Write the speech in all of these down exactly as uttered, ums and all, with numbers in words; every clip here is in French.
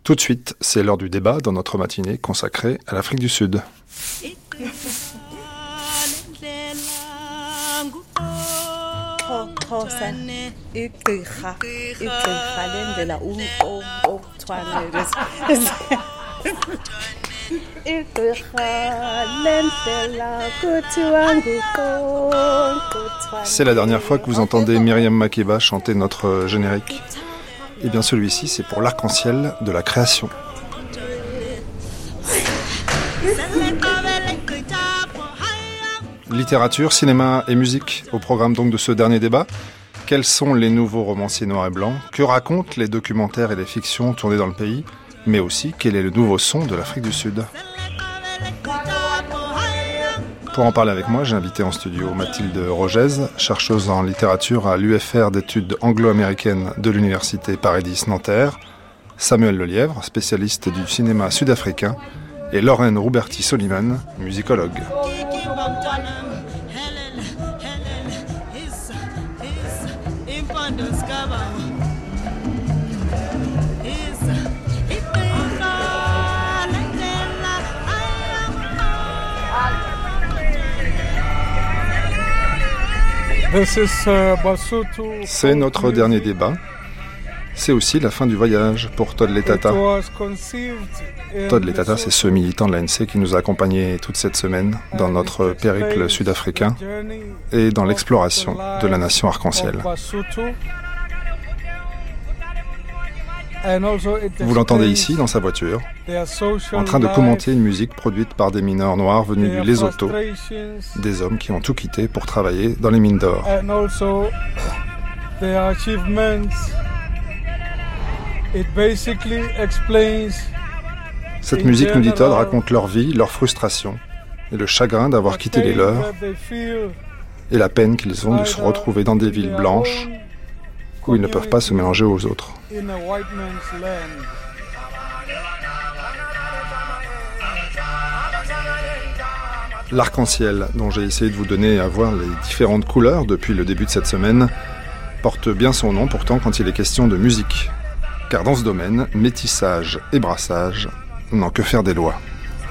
Tout de suite, c'est l'heure du débat dans notre matinée consacrée à l'Afrique du Sud. C'est la dernière fois que vous entendez Myriam Makeba chanter notre générique. Eh bien celui-ci, c'est pour l'arc-en-ciel de la création. Littérature, cinéma et musique, au programme donc de ce dernier débat. Quels sont les nouveaux romanciers noirs et blancs ? Que racontent les documentaires et les fictions tournés dans le pays ? Mais aussi, quel est le nouveau son de l'Afrique du Sud ? Pour en parler avec moi, j'ai invité en studio Mathilde Rogez, chercheuse en littérature à l'U F R d'études anglo-américaines de l'Université Paris X Nanterre, Samuel Lelièvre, spécialiste du cinéma sud-africain, et Lorraine Rouberti-Soliman, musicologue. C'est notre dernier débat. C'est aussi la fin du voyage pour Todd Letata. Todd Letata, c'est ce militant de l'A N C qui nous a accompagnés toute cette semaine dans notre périple sud-africain et dans l'exploration de la nation arc-en-ciel. Vous l'entendez ici, dans sa voiture, en train de commenter une musique produite par des mineurs noirs venus du Lesotho, des hommes qui ont tout quitté pour travailler dans les mines d'or. Cette musique, nous dit Todd, raconte leur vie, leur frustration, et le chagrin d'avoir quitté les leurs, et la peine qu'ils ont de se retrouver dans des villes blanches, où ils ne peuvent pas se mélanger aux autres. L'arc-en-ciel, dont j'ai essayé de vous donner à voir les différentes couleurs depuis le début de cette semaine, porte bien son nom pourtant quand il est question de musique. Car dans ce domaine, métissage et brassage n'ont que faire des lois.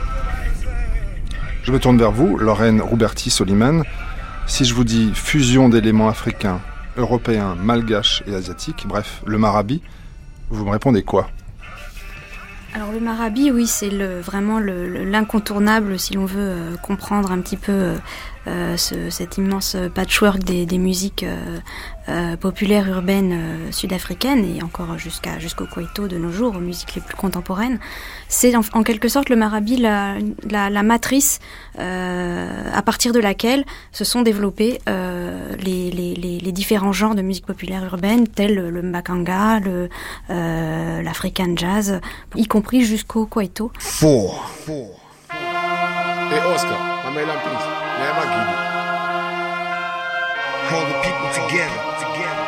Je me tourne vers vous, Lorraine Rouberti-Soliman. Si je vous dis fusion d'éléments africains, européens, malgaches et asiatiques, bref, le marabi, vous me répondez quoi ? Alors le marabi, oui, c'est le, vraiment le, le, l'incontournable si l'on veut euh, comprendre un petit peu euh, euh, ce, cet immense patchwork des, des musiques euh, euh, populaires urbaines euh, sud-africaines et encore jusqu'à, jusqu'au Kwaito de nos jours, aux musiques les plus contemporaines. C'est en, en quelque sorte le marabi la, la, la matrice euh, à partir de laquelle se sont développés euh, les, les, les, les différents genres de musique populaire urbaine tels le, le mbakanga, le, euh, l'african jazz, y compris jusqu'au Kwaito. Four. Four. Hey Oscar, my man, please. Let me give you. Call the people together. Together.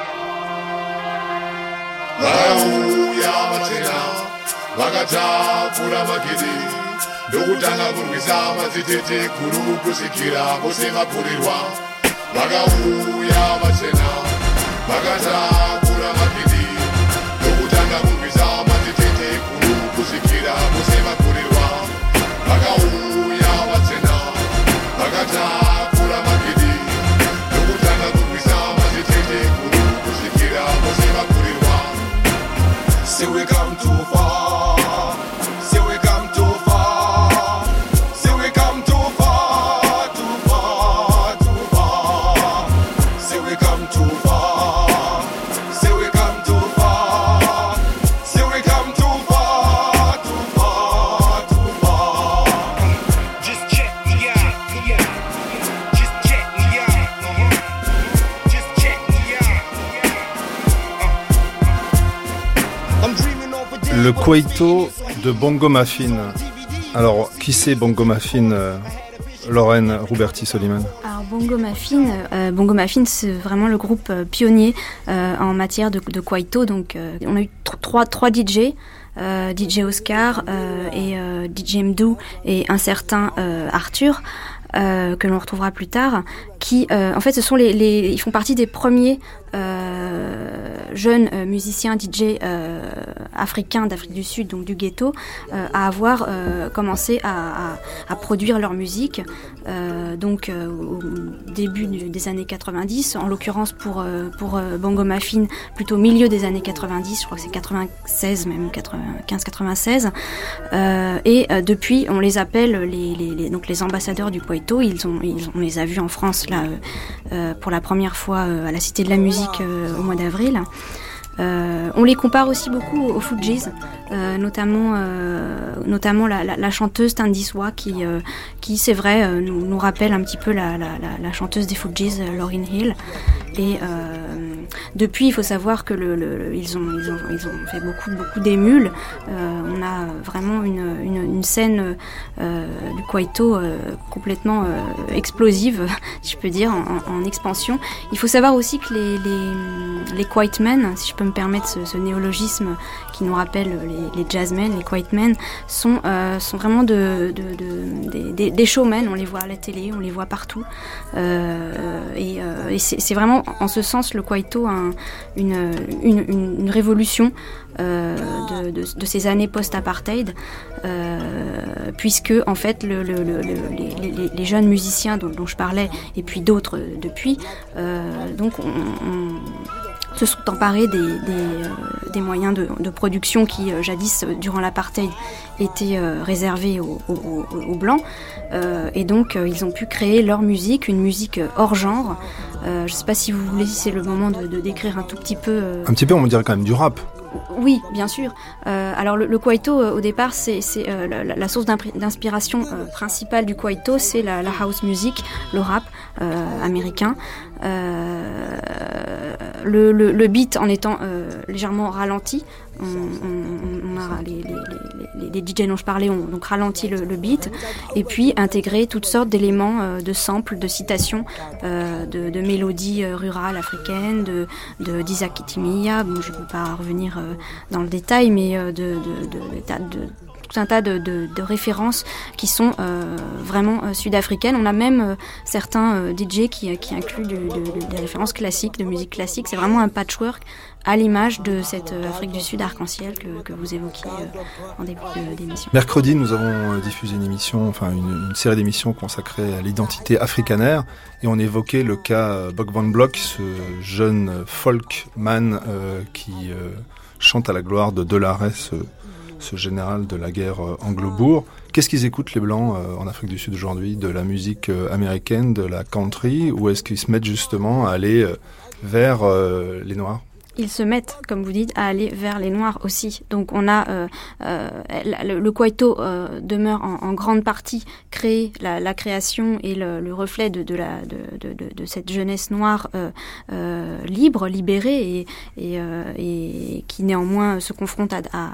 Vauya matena, vakata pura magidi. Ndokutanga kurwisa mazitete kuru kusikira kose makurirwa. Vakauya matena, vakata pura magidi. Ndokutanga kurwisa mazitete kuru kusikira kose makurirwa. Vakauya matena, vakata pura magidi. Ndokutanga kurwisa mazitete kuru kusikira kose makurirwa. Say we come too far. Say we come too far. Say we come too far, too far, too far. Say we come too far. Say we come too far. Say we come too far, too far, too far. Just check me out, yeah. Just check me out, uh-huh. Just check me out, uh. I'm dreaming of a day. Le Kwaito de Bongo Maffin. Alors, qui c'est Bongo Maffin, euh, Lorraine Rouberti-Soliman ? Alors Bongo Maffin, euh, Bongo Maffin, c'est vraiment le groupe euh, pionnier euh, en matière de, de Kwaito. Donc, euh, on a eu t- trois, trois D J, euh, D J Oscar euh, et euh, D J Mdou et un certain euh, Arthur. Euh, que l'on retrouvera plus tard, qui, euh, en fait, ce sont les, les, ils font partie des premiers euh, jeunes euh, musiciens D J euh, africains d'Afrique du Sud, donc du ghetto, euh, à avoir euh, commencé à, à, à produire leur musique. Euh, donc euh, au début du, des années quatre-vingt-dix, en l'occurrence pour, euh, pour euh, Bongo Maffin, plutôt au milieu des années quatre-vingt-dix, je crois que c'est quatre-vingt-seize même, quatre-vingt-quinze quatre-vingt-seize. Euh, et euh, depuis, on les appelle les, les, les, donc les ambassadeurs du Kwaito. Ils ont, ils, on les a vus en France là, euh, euh, pour la première fois euh, à la Cité de la Musique euh, au mois d'avril. Euh, on les compare aussi beaucoup aux Fujis, euh, notamment, euh, notamment la, la, la chanteuse Thandiswa qui, euh, qui c'est vrai, euh, nous, nous rappelle un petit peu la, la, la, la chanteuse des Fujis, euh, Lauryn Hill. Et euh, depuis, il faut savoir que le, le, ils, ont, ils, ont, ils ont fait beaucoup, beaucoup d'émules. Euh, on a vraiment une, une, une scène euh, du Kwaito euh, complètement euh, explosive, si je peux dire, en, en expansion. Il faut savoir aussi que les, les, les Kwaitmen, si je peux me permettre ce, ce néologisme qui nous rappelle les, les jazzmen, les Kwaitmen, sont, euh, sont vraiment de, de, de, de, des, des showmen. On les voit à la télé, on les voit partout. Euh, et euh, et c'est, c'est vraiment, en ce sens, le Kwaito un, une, une, une, une révolution euh, de, de, de ces années post-apartheid, euh, puisque en fait le, le, le, le, les, les, les jeunes musiciens dont, dont je parlais, et puis d'autres depuis, euh, donc on, on se sont emparés des, des, euh, des moyens de, de production qui, euh, jadis, durant l'apartheid, étaient euh, réservés aux, aux, aux Blancs. Euh, et donc, euh, ils ont pu créer leur musique, une musique hors genre. Euh, je ne sais pas si vous voulez, si c'est le moment de, de décrire un tout petit peu... Euh... Un petit peu, on dirait quand même du rap. Oui, bien sûr. Euh, alors le, le Kwaito, euh, au départ, c'est, c'est euh, la, la source d'inspiration euh, principale du Kwaito, c'est la, la house music, le rap euh, américain. Euh, le, le, le beat en étant euh, légèrement ralenti. On, on, on a les, les, les, les D J dont je parlais ont donc ralenti le, le beat et puis intégré toutes sortes d'éléments euh, de samples, de citations, euh, de, de mélodies euh, rurales africaines, de, de d'Isaac Itimiya. Bon, je ne peux pas revenir euh, dans le détail, mais euh, de, de, de, de, de tout un tas de, de, de références qui sont euh, vraiment euh, sud-africaines. On a même euh, certains euh, D J qui, qui incluent de, de, de, des références classiques, de musique classique. C'est vraiment un patchwork à l'image de cette euh, Afrique du Sud arc-en-ciel que, que vous évoquiez euh, en début de, d'émission. Mercredi, nous avons diffusé une émission, enfin une, une série d'émissions consacrée à l'identité africanaire, et on évoquait le cas Bok Van Block, ce jeune folkman euh, qui euh, chante à la gloire de Delahaye, ce, ce général de la guerre anglo-boer. Qu'est-ce qu'ils écoutent, les Blancs, euh, en Afrique du Sud aujourd'hui? De la musique euh, américaine, de la country, ou est-ce qu'ils se mettent justement à aller euh, vers euh, les Noirs? Ils se mettent, comme vous dites, à aller vers les Noirs aussi. Donc on a euh, euh, le, le Kwaito euh, demeure en, en grande partie créé, la, la création et le, le reflet de, de, la, de, de, de, de cette jeunesse noire euh, euh, libre, libérée et, et, euh, et qui néanmoins se confronte à, à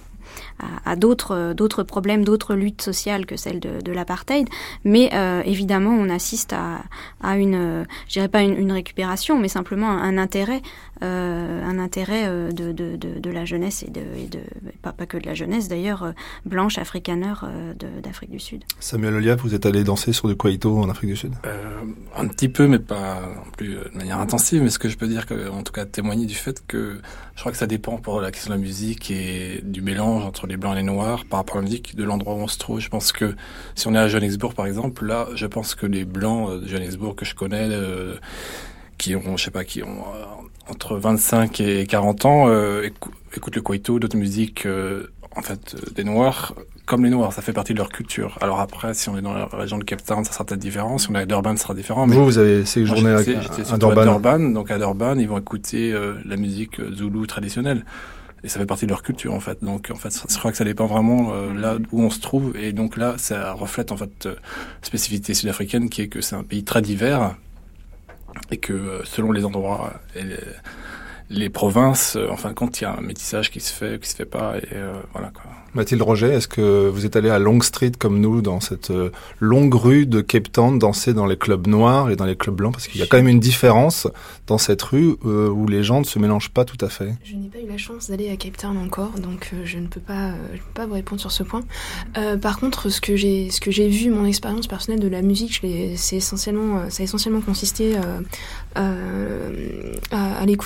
À, à d'autres, d'autres problèmes, d'autres luttes sociales que celles de, de l'apartheid. Mais euh, évidemment, on assiste à, à une, je dirais pas une, une récupération, mais simplement un, un intérêt, euh, un intérêt de, de, de, de la jeunesse et de, et de pas, pas que de la jeunesse d'ailleurs, blanche, africaneur de, d'Afrique du Sud. Samuel Oliave, vous êtes allé danser sur du Kwaito en Afrique du Sud? euh, Un petit peu, mais pas non plus de manière intensive. Mais ce que je peux dire, que, en tout cas, témoigner du fait que je crois que ça dépend pour la question de la musique et du mélange entre les blancs et les noirs par rapport à la musique, de l'endroit où on se trouve. Je pense que si on est à Johannesburg par exemple, là je pense que les blancs de Johannesburg que je connais, euh, qui ont, je sais pas, qui ont euh, entre vingt-cinq et quarante ans, euh, écou- écoutent le Kwaito, d'autres musiques, euh, en fait, euh, des noirs, comme les noirs, ça fait partie de leur culture. Alors après, si on est dans la région de Cape Town, ça sera peut-être différent. Si on est à Durban, ça sera différent. Mais vous, vous avez séjourné à, à Durban. à Durban. Donc à Durban, ils vont écouter euh, la musique zoulou traditionnelle. Et ça fait partie de leur culture, en fait. Donc, en fait, je crois que ça dépend vraiment euh, là où on se trouve. Et donc là, ça reflète, en fait, euh, spécificité sud-africaine, qui est que c'est un pays très divers. Et que, euh, selon les endroits et les, les provinces, euh, enfin, quand il y a un métissage qui se fait, qui se fait pas, et euh, voilà, quoi. Mathilde Roget, est-ce que vous êtes allé à Long Street comme nous, dans cette euh, longue rue de Cape Town, danser dans les clubs noirs et dans les clubs blancs? Parce qu'il y a quand même une différence dans cette rue euh, où les gens ne se mélangent pas tout à fait. Je n'ai pas eu la chance d'aller à Cape Town encore, donc euh, je ne peux pas, euh, je peux pas vous répondre sur ce point. Euh, par contre, ce que j'ai, ce que j'ai vu, mon expérience personnelle de la musique, je c'est essentiellement, ça a essentiellement consisté euh, euh, à, à l'écoute de, de plusieurs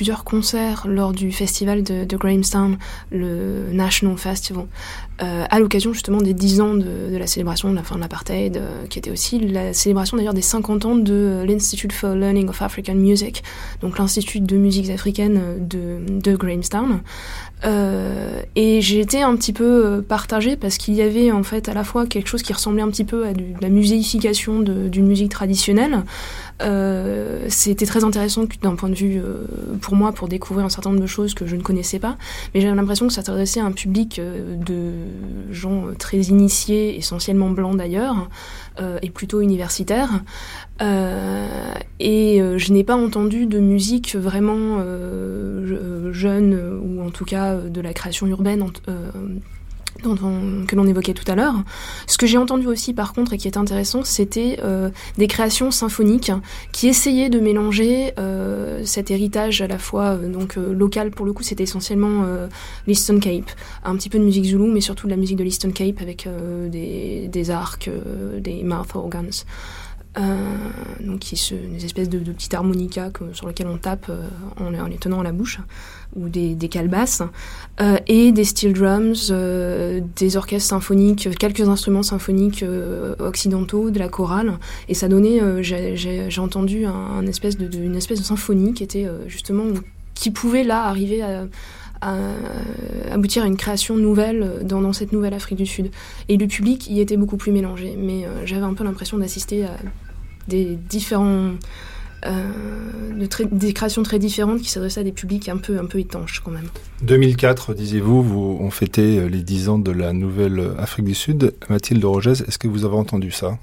plusieurs concerts lors du festival de, de Grahamstown, le National Festival, euh, à l'occasion justement des dix ans de, de la célébration de la fin de l'apartheid, euh, qui était aussi la célébration d'ailleurs des cinquante ans de l'Institute for Learning of African Music, donc l'Institut de musique africaine de, de Grahamstown. Euh, et j'ai été un petit peu partagée parce qu'il y avait en fait à la fois quelque chose qui ressemblait un petit peu à du, de la muséification de, d'une musique traditionnelle. Euh, c'était très intéressant d'un point de vue euh, pour moi pour découvrir un certain nombre de choses que je ne connaissais pas, mais j'avais l'impression que ça s'adressait à un public euh, de gens très initiés, essentiellement blancs d'ailleurs, euh, et plutôt universitaires. Euh, et euh, je n'ai pas entendu de musique vraiment euh, jeune, euh, ou en tout cas euh, de la création urbaine euh, dont on, que l'on évoquait tout à l'heure. Ce que j'ai entendu aussi par contre et qui est intéressant, c'était euh, des créations symphoniques qui essayaient de mélanger euh, cet héritage à la fois euh, donc euh, local, pour le coup c'était essentiellement euh, l'Eastern Cape, un petit peu de musique zoulou mais surtout de la musique de l'Eastern Cape avec euh, des, des arcs, euh, des mouth organs. Euh, donc qui se, des espèces de, de petites harmonicas que, sur lesquelles on tape euh, en, en les tenant à la bouche, ou des, des calebasses, euh, et des steel drums, euh, des orchestres symphoniques, quelques instruments symphoniques euh, occidentaux, de la chorale, et ça donnait, euh, j'ai, j'ai, j'ai entendu un, un espèce de, de, une espèce de symphonie qui était euh, justement, qui pouvait là arriver à à aboutir à une création nouvelle dans, dans cette nouvelle Afrique du Sud. Et le public y était beaucoup plus mélangé, mais euh, j'avais un peu l'impression d'assister à des différents euh, de très, des créations très différentes qui s'adressaient à des publics un peu un peu étanches quand même. deux mille quatre, disiez-vous, vous on fêtait les dix ans de la nouvelle Afrique du Sud. Mathilde Rogez, est-ce que vous avez entendu ça?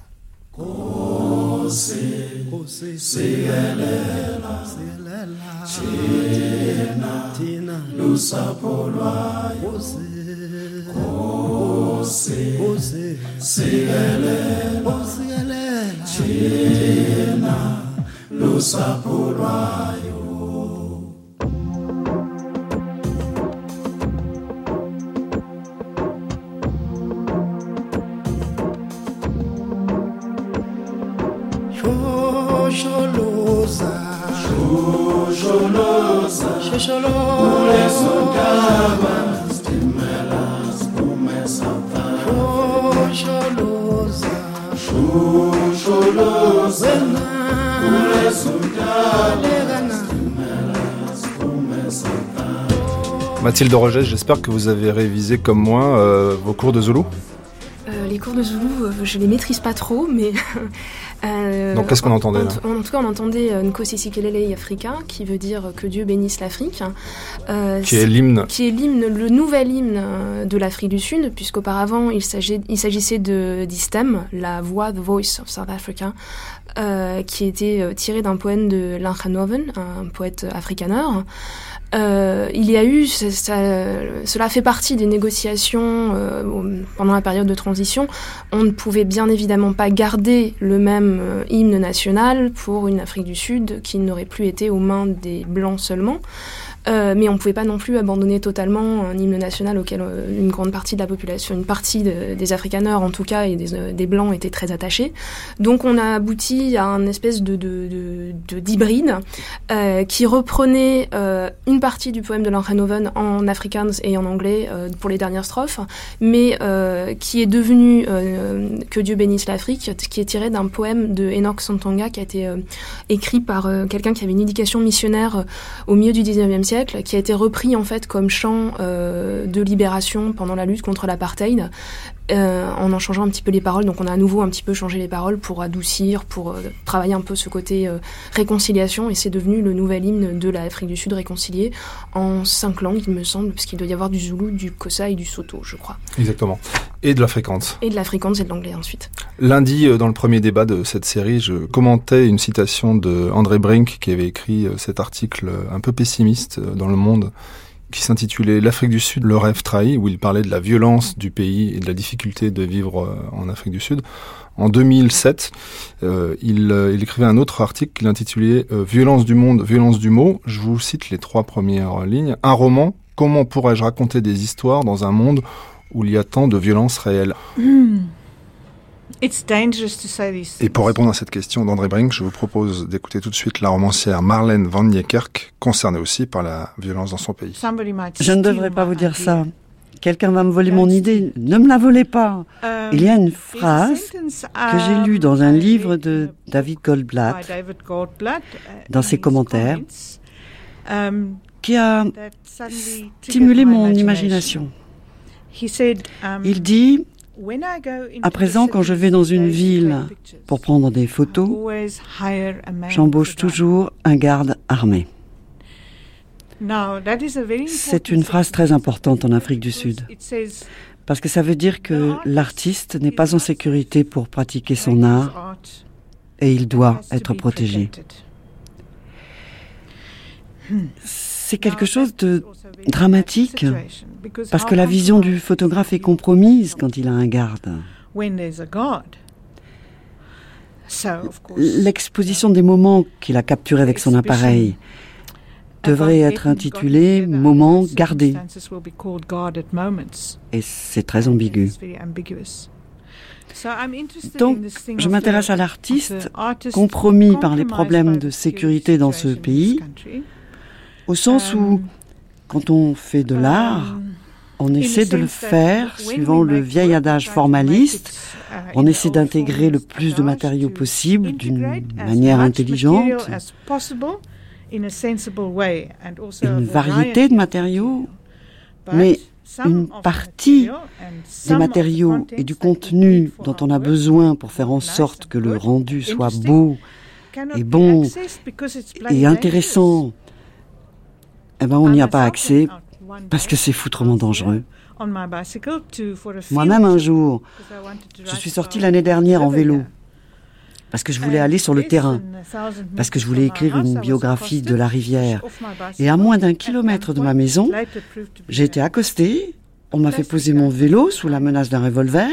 Shosholoza, shosholoza, shosholoza, stimelas kumesata. Shosholoza, shosholoza, stimelas kumesata. Mathilde Rogez, j'espère que vous avez révisé comme moi euh, vos cours de Zoulou. Euh, les cours de Zoulou, euh, je les maîtrise pas trop, mais Euh, Donc, qu'est-ce qu'on entendait là ? En, en, en tout cas, on entendait euh, Nkosisikelele Afrika, qui veut dire que Dieu bénisse l'Afrique. Euh, qui est l'hymne. Qui est l'hymne, le nouvel hymne de l'Afrique du Sud, puisqu'auparavant, il, s'agit, il s'agissait de d'Istem, la voix, the voice of South Africa, euh, qui était euh, tiré d'un poème de Lancanoven, un poète afrikaner. Euh, il y a eu, ça, ça, cela fait partie des négociations euh, pendant la période de transition. On ne pouvait bien évidemment pas garder le même euh, hymne national pour une Afrique du Sud qui n'aurait plus été aux mains des Blancs seulement. Euh, mais on ne pouvait pas non plus abandonner totalement un hymne national auquel euh, une grande partie de la population, une partie de, des Afrikaners en tout cas, et des, euh, des Blancs étaient très attachés. Donc on a abouti à un espèce de, de, de, de d'hybride euh, qui reprenait euh, une partie du poème de Lancanoven en Afrikaans et en anglais euh, pour les dernières strophes, mais euh, qui est devenu euh, Que Dieu bénisse l'Afrique, qui est tiré d'un poème de Enoch Sontonga qui a été euh, écrit par euh, quelqu'un qui avait une éducation missionnaire euh, au milieu du dix-neuvième siècle, qui a été repris en fait comme chant euh, de libération pendant la lutte contre l'apartheid, euh, en en changeant un petit peu les paroles. Donc on a à nouveau un petit peu changé les paroles pour adoucir, pour euh, travailler un peu ce côté euh, réconciliation, et c'est devenu le nouvel hymne de l'Afrique du Sud réconcilié en cinq langues, il me semble, parce qu'il doit y avoir du Zoulou, du Xhosa et du Sotho, je crois. Exactement. Et de l'Afrikaans. Et de l'Afrikaans et de l'anglais ensuite. Lundi, dans le premier débat de cette série, je commentais une citation de André Brink qui avait écrit cet article un peu pessimiste dans Le Monde qui s'intitulait « L'Afrique du Sud, le rêve trahi », où il parlait de la violence du pays et de la difficulté de vivre en Afrique du Sud. En deux mille sept, euh, il, euh, il écrivait un autre article qu'il intitulait euh, « Violence du monde, violence du mot ». Je vous cite les trois premières lignes. Un roman, comment pourrais-je raconter des histoires dans un monde où il y a tant de violence réelle ? Mmh. Et pour répondre à cette question d'André Brink, je vous propose d'écouter tout de suite la romancière Marlène van Niekerk, concernée aussi par la violence dans son pays. Je ne devrais pas vous dire ça. Quelqu'un va me voler mon idée. Ne me la volez pas. Il y a une phrase que j'ai lue dans un livre de David Goldblatt, dans ses commentaires, qui a stimulé mon imagination. Il dit: à présent, quand je vais dans une ville pour prendre des photos, j'embauche toujours un garde armé. C'est une phrase très importante en Afrique du Sud, parce que ça veut dire que l'artiste n'est pas en sécurité pour pratiquer son art et il doit être protégé. C'est quelque chose de dramatique, parce que la vision du photographe est compromise quand il a un garde. L'exposition des moments qu'il a capturés avec son appareil devrait être intitulée « Moments gardés ». Et c'est très ambigu. Donc, je m'intéresse à l'artiste, compromis par les problèmes de sécurité dans ce pays, au sens où, quand on fait de l'art, on essaie de le faire suivant le vieil adage formaliste, on essaie d'intégrer le plus de matériaux possible d'une manière intelligente, une variété de matériaux, mais une partie des matériaux et du contenu dont on a besoin pour faire en sorte que le rendu soit beau et bon et intéressant, eh ben on n'y a pas accès parce que c'est foutrement dangereux. Moi-même un jour, je suis sortie l'année dernière en vélo parce que je voulais aller sur le terrain, parce que je voulais écrire une biographie de la rivière. Et à moins d'un kilomètre de ma maison, j'ai été accostée, on m'a fait poser mon vélo sous la menace d'un revolver.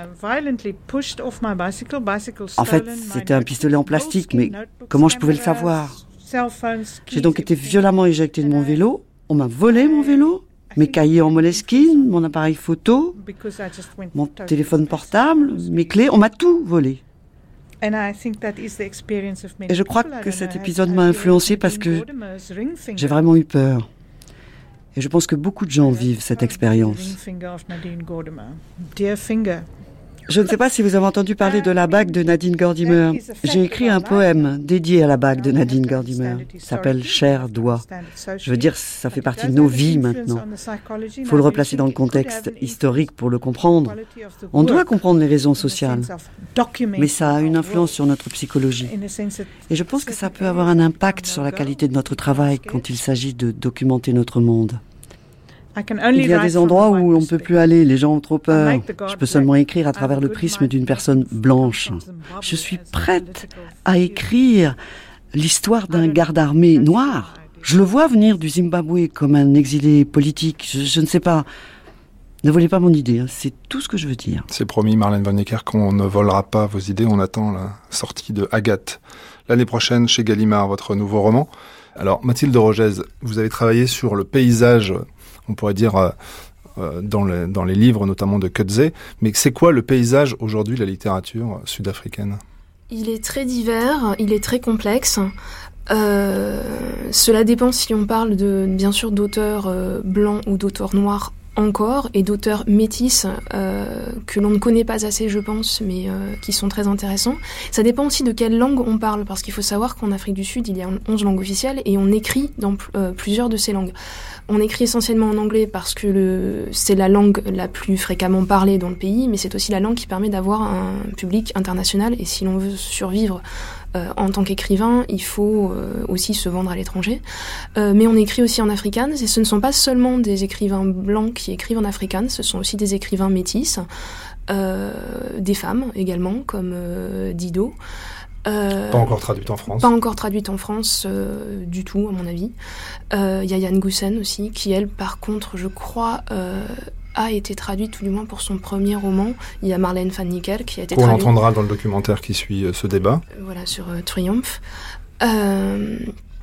En fait, c'était un pistolet en plastique, mais comment je pouvais le savoir ? J'ai donc été violemment éjectée de mon vélo, on m'a volé mon vélo, mes cahiers en moleskine, mon appareil photo, mon téléphone portable, mes clés, on m'a tout volé. Et je crois que cet épisode m'a influencée parce que j'ai vraiment eu peur. Et je pense que beaucoup de gens vivent cette expérience. Je ne sais pas si vous avez entendu parler de la bague de Nadine Gordimer. J'ai écrit un poème dédié à la bague de Nadine Gordimer. Il s'appelle « Cher doigt ». Je veux dire, ça fait partie de nos vies maintenant. Il faut le replacer dans le contexte historique pour le comprendre. On doit comprendre les raisons sociales, mais ça a une influence sur notre psychologie. Et je pense que ça peut avoir un impact sur la qualité de notre travail quand il s'agit de documenter notre monde. Il y a des endroits où on ne peut plus aller, les gens ont trop peur. Je peux seulement écrire à travers le prisme d'une personne blanche. Je suis prête à écrire l'histoire d'un garde armé noir. Je le vois venir du Zimbabwe comme un exilé politique. Je, je ne sais pas. Ne volez pas mon idée, hein. C'est tout ce que je veux dire. C'est promis, Marlène van Niekerk, qu'on ne volera pas vos idées. On attend la sortie de Agathe l'année prochaine chez Gallimard, votre nouveau roman. Alors, Mathilde Rogez, vous avez travaillé sur le paysage, on pourrait dire, euh, euh, dans, les, dans les livres, notamment de Coetzee. Mais c'est quoi le paysage aujourd'hui de la littérature sud-africaine ? Il est très divers, il est très complexe. Euh, cela dépend si on parle de, bien sûr, d'auteurs euh, blancs ou d'auteurs noirs encore, et d'auteurs métis euh, que l'on ne connaît pas assez, je pense, mais euh, qui sont très intéressants. Ça dépend aussi de quelle langue on parle, parce qu'il faut savoir qu'en Afrique du Sud, il y a onze langues officielles, et on écrit dans euh, plusieurs de ces langues. On écrit essentiellement en anglais parce que le, c'est la langue la plus fréquemment parlée dans le pays, mais c'est aussi la langue qui permet d'avoir un public international, et si l'on veut survivre Euh, en tant qu'écrivain, il faut euh, aussi se vendre à l'étranger. Euh, mais on écrit aussi en afrikaans, et ce ne sont pas seulement des écrivains blancs qui écrivent en afrikaans, ce sont aussi des écrivains métis, euh, des femmes également, comme euh, Dido. Euh, pas encore traduite en France. Pas encore traduite en France euh, du tout, à mon avis. Il euh, y a Yann Goossen aussi, qui elle, par contre, je crois... Euh, a été traduite, tout du moins pour son premier roman. Il y a Marlène van Niekerk qui a été traduite. On l'entendra dans le documentaire qui suit euh, ce débat. Voilà, sur euh, Triomphe. Euh,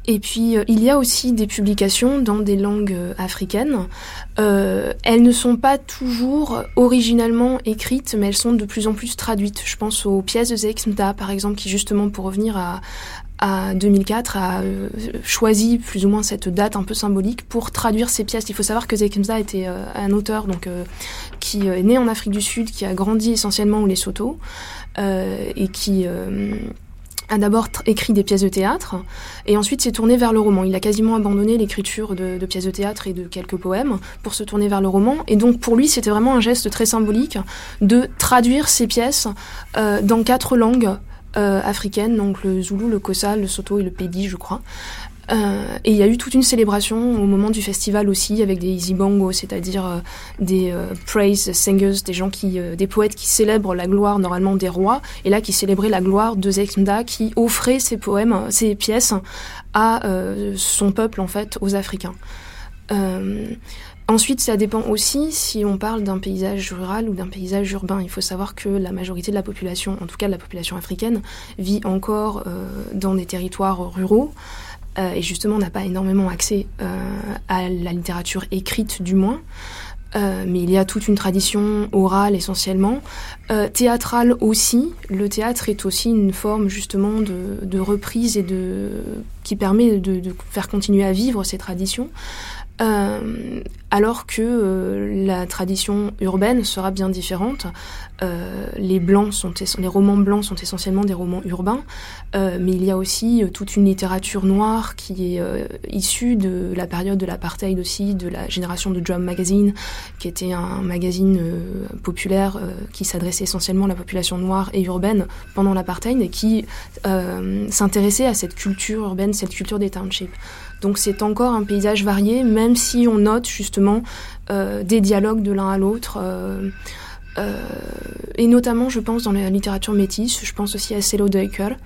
Et puis, euh, il y a aussi des publications dans des langues euh, africaines. Euh, elles ne sont pas toujours originalement écrites, mais elles sont de plus en plus traduites. Je pense aux pièces de Zex Mda, par exemple, qui justement, pour revenir à, à deux mille quatre, a euh, choisi plus ou moins cette date un peu symbolique pour traduire ces pièces. Il faut savoir que Zex Mda était euh, un auteur donc, euh, qui est né en Afrique du Sud, qui a grandi essentiellement au Lesotho, euh, et qui... Euh, a d'abord t- écrit des pièces de théâtre et ensuite s'est tourné vers le roman. Il a quasiment abandonné l'écriture de, de pièces de théâtre et de quelques poèmes pour se tourner vers le roman. Et donc pour lui, c'était vraiment un geste très symbolique de traduire ces pièces euh, dans quatre langues euh, africaines, donc le Zoulou, le Xhosa, le Sotho et le Pedi, je crois. Euh, et il y a eu toute une célébration au moment du festival aussi avec des Izibango, c'est-à-dire euh, des euh, praise singers, des gens qui, euh, des poètes qui célèbrent la gloire normalement des rois, et là qui célébraient la gloire de Zex Mda, qui offrait ses poèmes, ses pièces à euh, son peuple en fait, aux Africains. Euh, Ensuite, ça dépend aussi si on parle d'un paysage rural ou d'un paysage urbain. Il faut savoir que la majorité de la population, en tout cas de la population africaine, vit encore euh, dans des territoires ruraux. Euh, et justement, on n'a pas énormément accès euh, à la littérature écrite, du moins. Euh, mais il y a toute une tradition orale essentiellement, euh, théâtrale aussi. Le théâtre est aussi une forme justement de, de reprise et de qui permet de, de faire continuer à vivre ces traditions. Euh, alors que euh, la tradition urbaine sera bien différente. Euh, les blancs sont les romans blancs sont essentiellement des romans urbains, euh, mais il y a aussi euh, toute une littérature noire qui est euh, issue de la période de l'apartheid aussi, de la génération de Drum Magazine, qui était un magazine euh, populaire euh, qui s'adressait essentiellement à la population noire et urbaine pendant l'apartheid et qui euh, s'intéressait à cette culture urbaine, cette culture des townships. Donc c'est encore un paysage varié, même si on note justement euh, des dialogues de l'un à l'autre, euh, euh, et notamment je pense dans la littérature métisse, je pense aussi à Selo Deuker,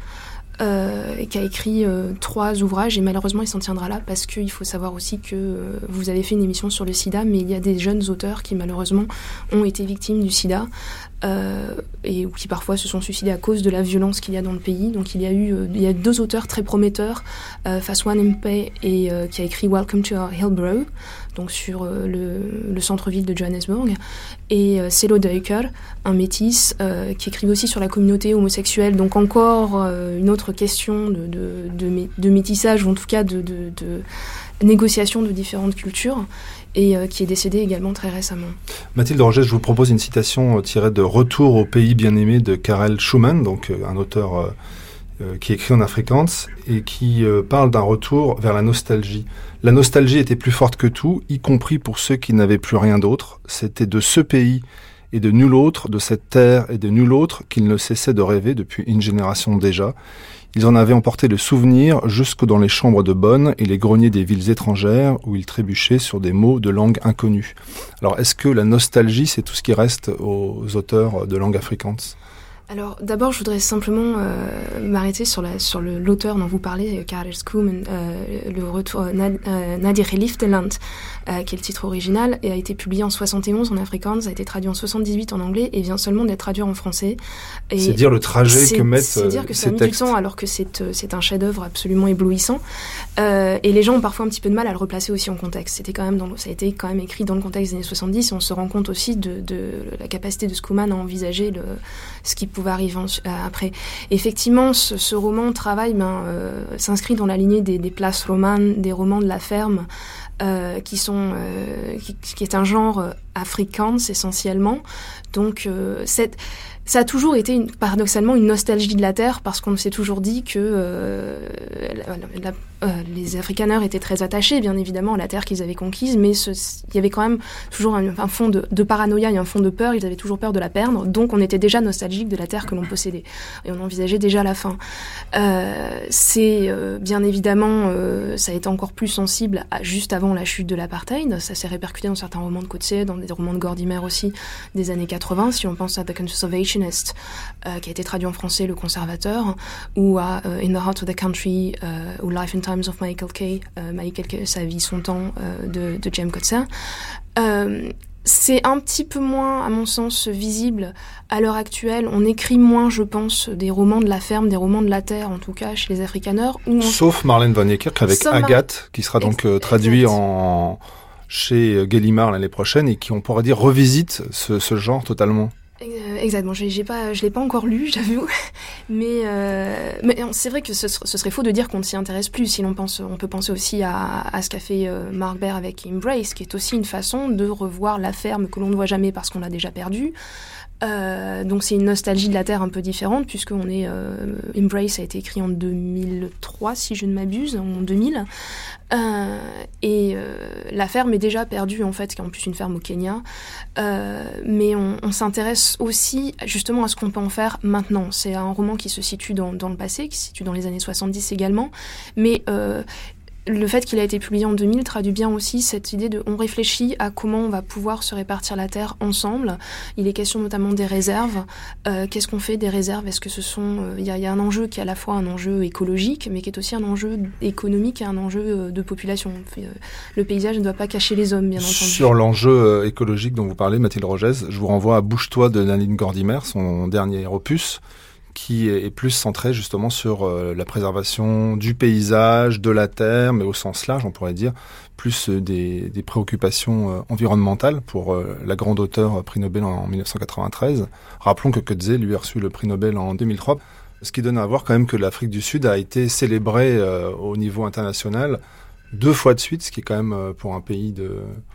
euh, qui a écrit euh, trois ouvrages, et malheureusement il s'en tiendra là parce qu'il faut savoir aussi que euh, vous avez fait une émission sur le sida, mais il y a des jeunes auteurs qui malheureusement ont été victimes du sida. Euh, et qui parfois se sont suicidés à cause de la violence qu'il y a dans le pays. Donc il y a eu euh, il y a deux auteurs très prometteurs, euh, Faswan Mpe et euh, qui a écrit Welcome to Hillbrow, donc sur euh, le, le centre-ville de Johannesburg, et euh, Selo Deuker, un métis euh, qui écrit aussi sur la communauté homosexuelle. Donc encore euh, une autre question de, de, de, de métissage, ou en tout cas de, de, de négociation de différentes cultures, et euh, qui est décédé également très récemment. Mathilde Rogès, je vous propose une citation tirée de Retour au pays bien-aimé de Karel Schumann, donc un auteur euh, euh, qui écrit en Afrikaans et qui euh, parle d'un retour vers la nostalgie. La nostalgie était plus forte que tout, y compris pour ceux qui n'avaient plus rien d'autre. C'était de ce pays et de nul autre, de cette terre et de nul autre qu'ils ne cessaient de rêver depuis une génération déjà. Ils en avaient emporté le souvenir jusque dans les chambres de bonne et les greniers des villes étrangères où ils trébuchaient sur des mots de langue inconnue. Alors, est-ce que la nostalgie, c'est tout ce qui reste aux auteurs de langue afrikaans ? Alors, d'abord, je voudrais simplement euh, m'arrêter sur, la, sur le, l'auteur dont vous parlez, Karel Schumann, euh, le retour euh, Nad, euh, Nadir Liefdeland, euh, qui est le titre original, et a été publié en soixante et onze en afrikaans, a été traduit en soixante-dix-huit en anglais, et vient seulement d'être traduit en français. Et c'est dire le trajet c'est, que mettent c'est dire que ça a mis textes. du temps, alors que c'est, euh, c'est un chef-d'œuvre absolument éblouissant. Euh, et les gens ont parfois un petit peu de mal à le replacer aussi en contexte. C'était quand même dans, ça a été quand même écrit dans le contexte des années soixante-dix, et on se rend compte aussi de, de la capacité de Schumann à envisager le, ce qui pouvait arriver en, après. Effectivement, ce, ce roman travail ben, euh, s'inscrit dans la lignée des, des places romanes, des romans de la ferme, euh, qui sont, euh, qui, qui est un genre euh, afrikaans essentiellement. Donc, euh, cette ça a toujours été une, paradoxalement une nostalgie de la terre, parce qu'on s'est toujours dit que euh, la, la, euh, les Afrikaners étaient très attachés, bien évidemment, à la terre qu'ils avaient conquise, mais ce, il y avait quand même toujours un, un fond de, de paranoïa et un fond de peur. Ils avaient toujours peur de la perdre, donc on était déjà nostalgique de la terre que l'on possédait, et on envisageait déjà la fin. Euh, c'est euh, bien évidemment, euh, ça a été encore plus sensible à, juste avant la chute de l'apartheid. Ça s'est répercuté dans certains romans de Coetzee, dans des romans de Gordimer aussi des années quatre-vingts. Si on pense à The Conservation, Euh, qui a été traduit en français, Le Conservateur, ou à euh, In the Heart of the Country, euh, ou Life and Times of Michael Kay, euh, Michael Kay, sa vie, son temps, euh, de, de James Coetzee. Euh, C'est un petit peu moins, à mon sens, visible à l'heure actuelle. On écrit moins, je pense, des romans de la ferme, des romans de la terre, en tout cas, chez les Afrikaners. On... Sauf Marlène van Niekerk avec Sauf Agathe, Mar... qui sera donc Ex- traduit exact. en... chez Gallimard l'année prochaine et qui, on pourrait dire, revisite ce, ce genre totalement. Exactement, j'ai, j'ai pas, je l'ai pas encore lu, j'avoue, mais, euh, mais c'est vrai que ce, ce serait faux de dire qu'on ne s'y intéresse plus. Si l'on pense, on peut penser aussi à, à ce qu'a fait euh, Marc Baer avec Embrace, qui est aussi une façon de revoir la ferme que l'on ne voit jamais parce qu'on l'a déjà perdue. Euh, donc c'est une nostalgie de la terre un peu différente puisque on est euh, Embrace a été écrit en deux mille trois si je ne m'abuse, en deux mille, euh, et euh, la ferme est déjà perdue en fait, qui est en plus une ferme au Kenya, euh, mais on, on s'intéresse aussi justement à ce qu'on peut en faire maintenant. C'est un roman qui se situe dans, dans le passé, qui se situe dans les années soixante-dix également, mais euh, le fait qu'il a été publié en deux mille traduit bien aussi cette idée de on réfléchit à comment on va pouvoir se répartir la terre ensemble. Il est question notamment des réserves. Euh, qu'est-ce qu'on fait des réserves ? Est-ce que ce sont... Il euh, y, y a un enjeu qui est à la fois un enjeu écologique, mais qui est aussi un enjeu économique et un enjeu euh, de population. Euh, le paysage ne doit pas cacher les hommes, bien entendu. Sur l'enjeu euh, écologique dont vous parlez, Mathilde Rogez, je vous renvoie à Bouge-toi de Nadine Gordimer, son dernier opus, qui est plus centré justement sur euh, la préservation du paysage, de la terre, mais au sens large, on pourrait dire, plus euh, des, des préoccupations euh, environnementales pour euh, la grande auteure euh, prix Nobel en, en dix-neuf cent quatre-vingt-treize. Rappelons que Coetzee, lui, a reçu le prix Nobel en deux mille trois, ce qui donne à voir quand même que l'Afrique du Sud a été célébrée euh, au niveau international deux fois de suite, ce qui est quand même euh, pour un pays de...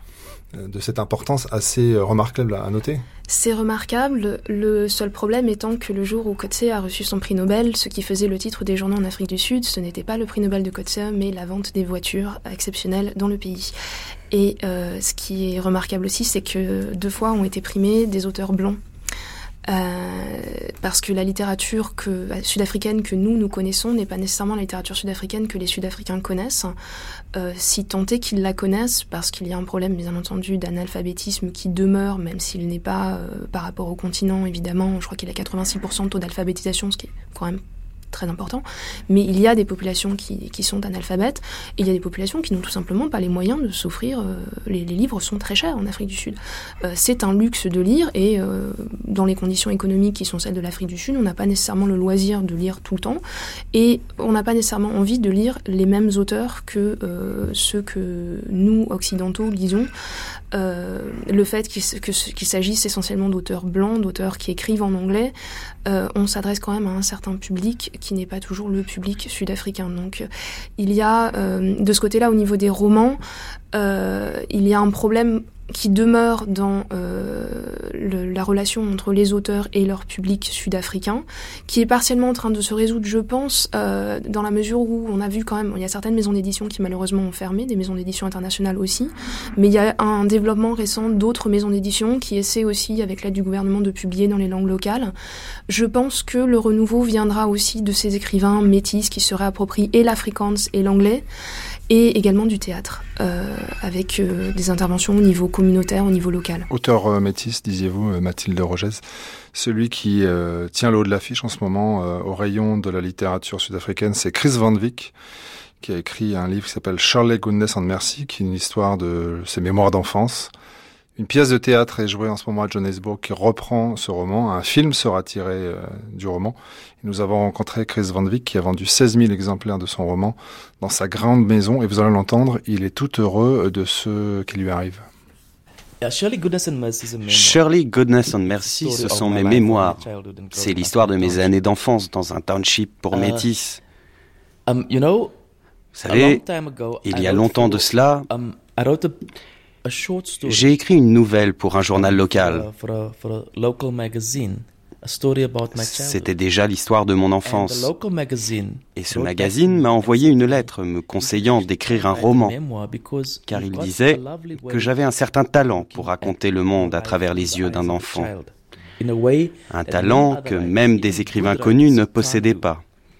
de cette importance assez remarquable à noter. C'est remarquable, le seul problème étant que le jour où Coetzee a reçu son prix Nobel, ce qui faisait le titre des journaux en Afrique du Sud, ce n'était pas le prix Nobel de Coetzee, mais la vente des voitures exceptionnelles dans le pays. Et euh, ce qui est remarquable aussi, c'est que deux fois ont été primés des auteurs blancs. Euh, parce que la littérature que, sud-africaine que nous, nous connaissons n'est pas nécessairement la littérature sud-africaine que les Sud-Africains connaissent, euh, si tant est qu'ils la connaissent, parce qu'il y a un problème, bien entendu, d'analphabétisme qui demeure, même s'il n'est pas, euh, par rapport au continent, évidemment, je crois qu'il a quatre-vingt-six pour cent de taux d'alphabétisation, ce qui est quand même très important, mais il y a des populations qui, qui sont analphabètes, et il y a des populations qui n'ont tout simplement pas les moyens de s'offrir, euh, les, les livres sont très chers en Afrique du Sud. Euh, c'est un luxe de lire, et euh, dans les conditions économiques qui sont celles de l'Afrique du Sud, on n'a pas nécessairement le loisir de lire tout le temps, et on n'a pas nécessairement envie de lire les mêmes auteurs que euh, ceux que nous, occidentaux, lisons. Euh, le fait qu'il, que, qu'il s'agisse essentiellement d'auteurs blancs, d'auteurs qui écrivent en anglais, euh, on s'adresse quand même à un certain public qui n'est pas toujours le public sud-africain. Donc il y a, euh, de ce côté-là, au niveau des romans, euh, il y a un problème qui demeure dans euh, le, la relation entre les auteurs et leur public sud-africain, qui est partiellement en train de se résoudre, je pense, euh, dans la mesure où on a vu quand même, il y a certaines maisons d'édition qui malheureusement ont fermé, des maisons d'édition internationales aussi, mais il y a un développement récent d'autres maisons d'édition qui essaient aussi, avec l'aide du gouvernement, de publier dans les langues locales. Je pense que le renouveau viendra aussi de ces écrivains métis qui se réapproprient et l'afrikaans et l'anglais, et également du théâtre, euh, avec euh, des interventions au niveau communautaire, au niveau local. Auteur euh, métis, disiez-vous, euh, Mathilde Rogez, celui qui euh, tient le haut de l'affiche en ce moment euh, au rayon de la littérature sud-africaine, c'est Chris Van Wyk, qui a écrit un livre qui s'appelle Shirley Goodness and Mercy, qui est une histoire de ses mémoires d'enfance. Une pièce de théâtre est jouée en ce moment à Johannesburg qui reprend ce roman. Un film sera tiré euh, du roman. Et nous avons rencontré Chris Van Wyk qui a vendu seize mille exemplaires de son roman dans sa grande maison. Et vous allez l'entendre, il est tout heureux de ce qui lui arrive. Shirley Goodness and Mercy, ce sont mes mémoires. C'est l'histoire de mes années d'enfance dans un township pour métis. Vous savez, il y a longtemps de cela, j'ai écrit une nouvelle pour un journal local. C'était déjà l'histoire de mon enfance. Et ce magazine m'a envoyé une lettre me conseillant d'écrire un roman, car il disait que j'avais un certain talent pour raconter le monde à travers les yeux d'un enfant. Un talent que même des écrivains connus ne possédaient pas.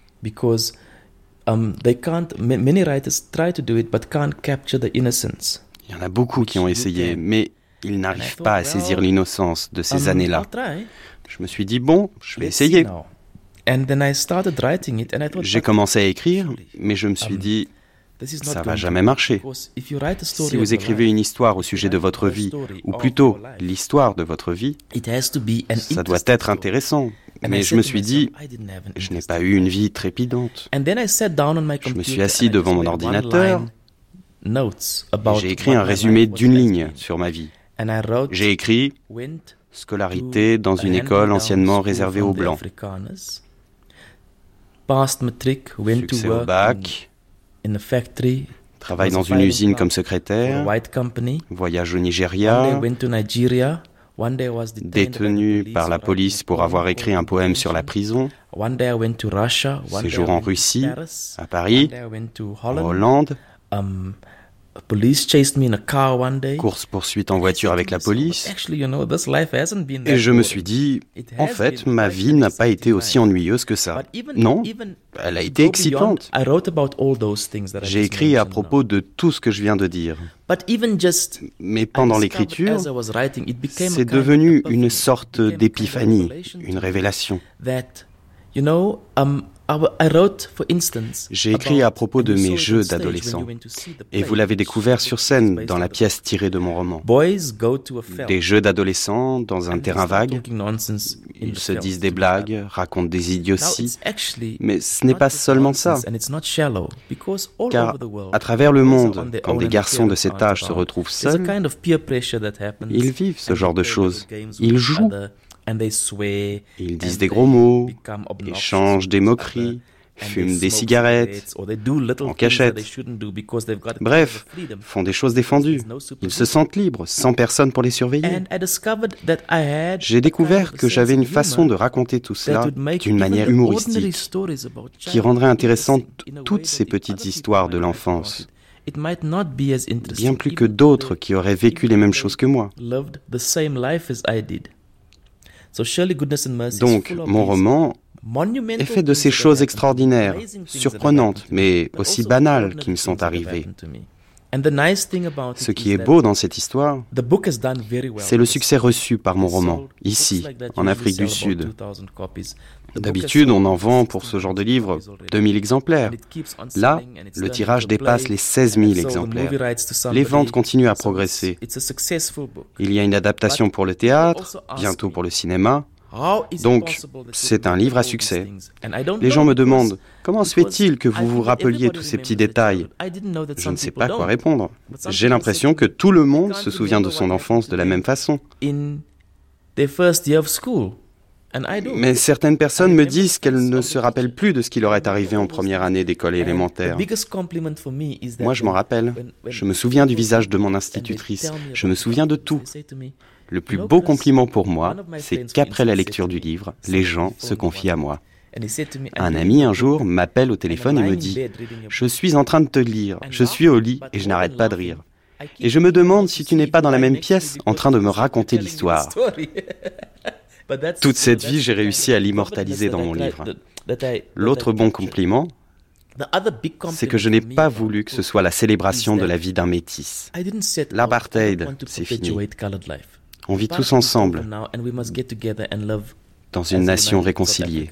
Il y en a beaucoup qui ont essayé, mais ils n'arrivent pas à saisir l'innocence de ces années-là. Je me suis dit, bon, je vais essayer. J'ai commencé à écrire, mais je me suis dit, Ça va jamais marcher. Si vous écrivez une histoire au sujet de votre vie, ou plutôt l'histoire de votre vie, ça doit être intéressant. Mais je me suis dit, je n'ai pas eu une vie trépidante. Je me suis assis devant mon ordinateur et j'ai écrit un résumé d'une ligne sur ma vie. J'ai écrit « Scolarité dans une école anciennement réservée aux Blancs ». Succès au bac, travail dans une usine comme secrétaire, voyage au Nigeria, détenu par la police pour avoir écrit un poème sur la prison, séjour en Russie, à Paris, en Hollande, course-poursuite en voiture avec la police. Et je me suis dit, en fait, ma vie n'a pas été aussi ennuyeuse que ça. Non, elle a été excitante. J'ai écrit à propos de tout ce que je viens de dire. Mais pendant l'écriture, c'est devenu une sorte d'épiphanie, une révélation. J'ai écrit à propos de mes jeux d'adolescent, et vous l'avez découvert sur scène dans la pièce tirée de mon roman. Des jeux d'adolescents dans un terrain vague, ils se disent des blagues, racontent des idioties, mais ce n'est pas seulement ça, car à travers le monde, quand des garçons de cet âge se retrouvent seuls, ils vivent ce genre de choses, ils jouent. Ils disent des gros mots, échangent des moqueries, fument des cigarettes, en cachette. Bref, font des choses défendues. Ils se sentent libres, sans personne pour les surveiller. J'ai découvert que j'avais une façon de raconter tout cela d'une manière humoristique, qui rendrait intéressantes toutes ces petites histoires de l'enfance. Bien plus que d'autres qui auraient vécu les mêmes choses que moi. Donc, mon roman est fait de ces choses extraordinaires, surprenantes, mais aussi banales qui me sont arrivées. Ce qui est beau dans cette histoire, c'est le succès reçu par mon roman, ici, en Afrique du Sud. D'habitude, on en vend pour ce genre de livre deux mille exemplaires. Là, le tirage dépasse les seize mille exemplaires. Les ventes continuent à progresser. Il y a une adaptation pour le théâtre, bientôt pour le cinéma. Donc, c'est un livre à succès. Les gens me demandent, comment se fait-il que vous vous rappeliez tous ces petits détails ? Je ne sais pas quoi répondre. J'ai l'impression que tout le monde se souvient de son enfance de la même façon. Mais certaines personnes me disent qu'elles ne se rappellent plus de ce qui leur est arrivé en première année d'école élémentaire. Moi, je m'en rappelle. Je me souviens du visage de mon institutrice. Je me souviens de tout. Le plus beau compliment pour moi, c'est qu'après la lecture du livre, les gens se confient à moi. Un ami, un jour, m'appelle au téléphone et me dit « Je suis en train de te lire, je suis au lit et je n'arrête pas de rire. Et je me demande si tu n'es pas dans la même pièce en train de me raconter l'histoire. » Toute cette vie, j'ai réussi à l'immortaliser dans mon livre. L'autre bon compliment, c'est que je n'ai pas voulu que ce soit la célébration de la vie d'un métis. L'apartheid, c'est fini. On vit tous ensemble, dans une nation réconciliée.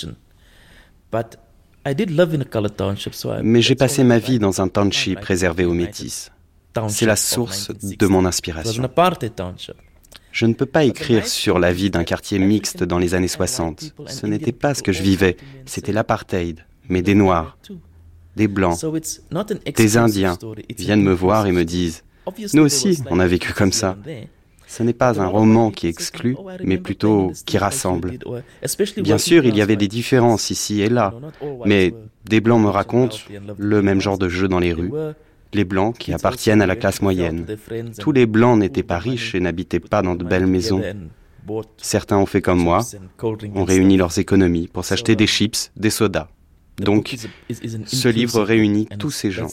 Mais j'ai passé ma vie dans un township réservé aux métis. C'est la source de mon inspiration. Je ne peux pas écrire sur la vie d'un quartier mixte dans les années soixante. Ce n'était pas ce que je vivais, c'était l'apartheid, mais des Noirs, des Blancs, des Indiens viennent me voir et me disent « Nous aussi, on a vécu comme ça ». Ce n'est pas un roman qui exclut, mais plutôt qui rassemble. Bien sûr, il y avait des différences ici et là, mais des Blancs me racontent le même genre de jeu dans les rues, les Blancs qui appartiennent à la classe moyenne. Tous les Blancs n'étaient pas riches et n'habitaient pas dans de belles maisons. Certains ont fait comme moi, ont réuni leurs économies pour s'acheter des chips, des sodas. Donc, ce livre réunit tous ces gens.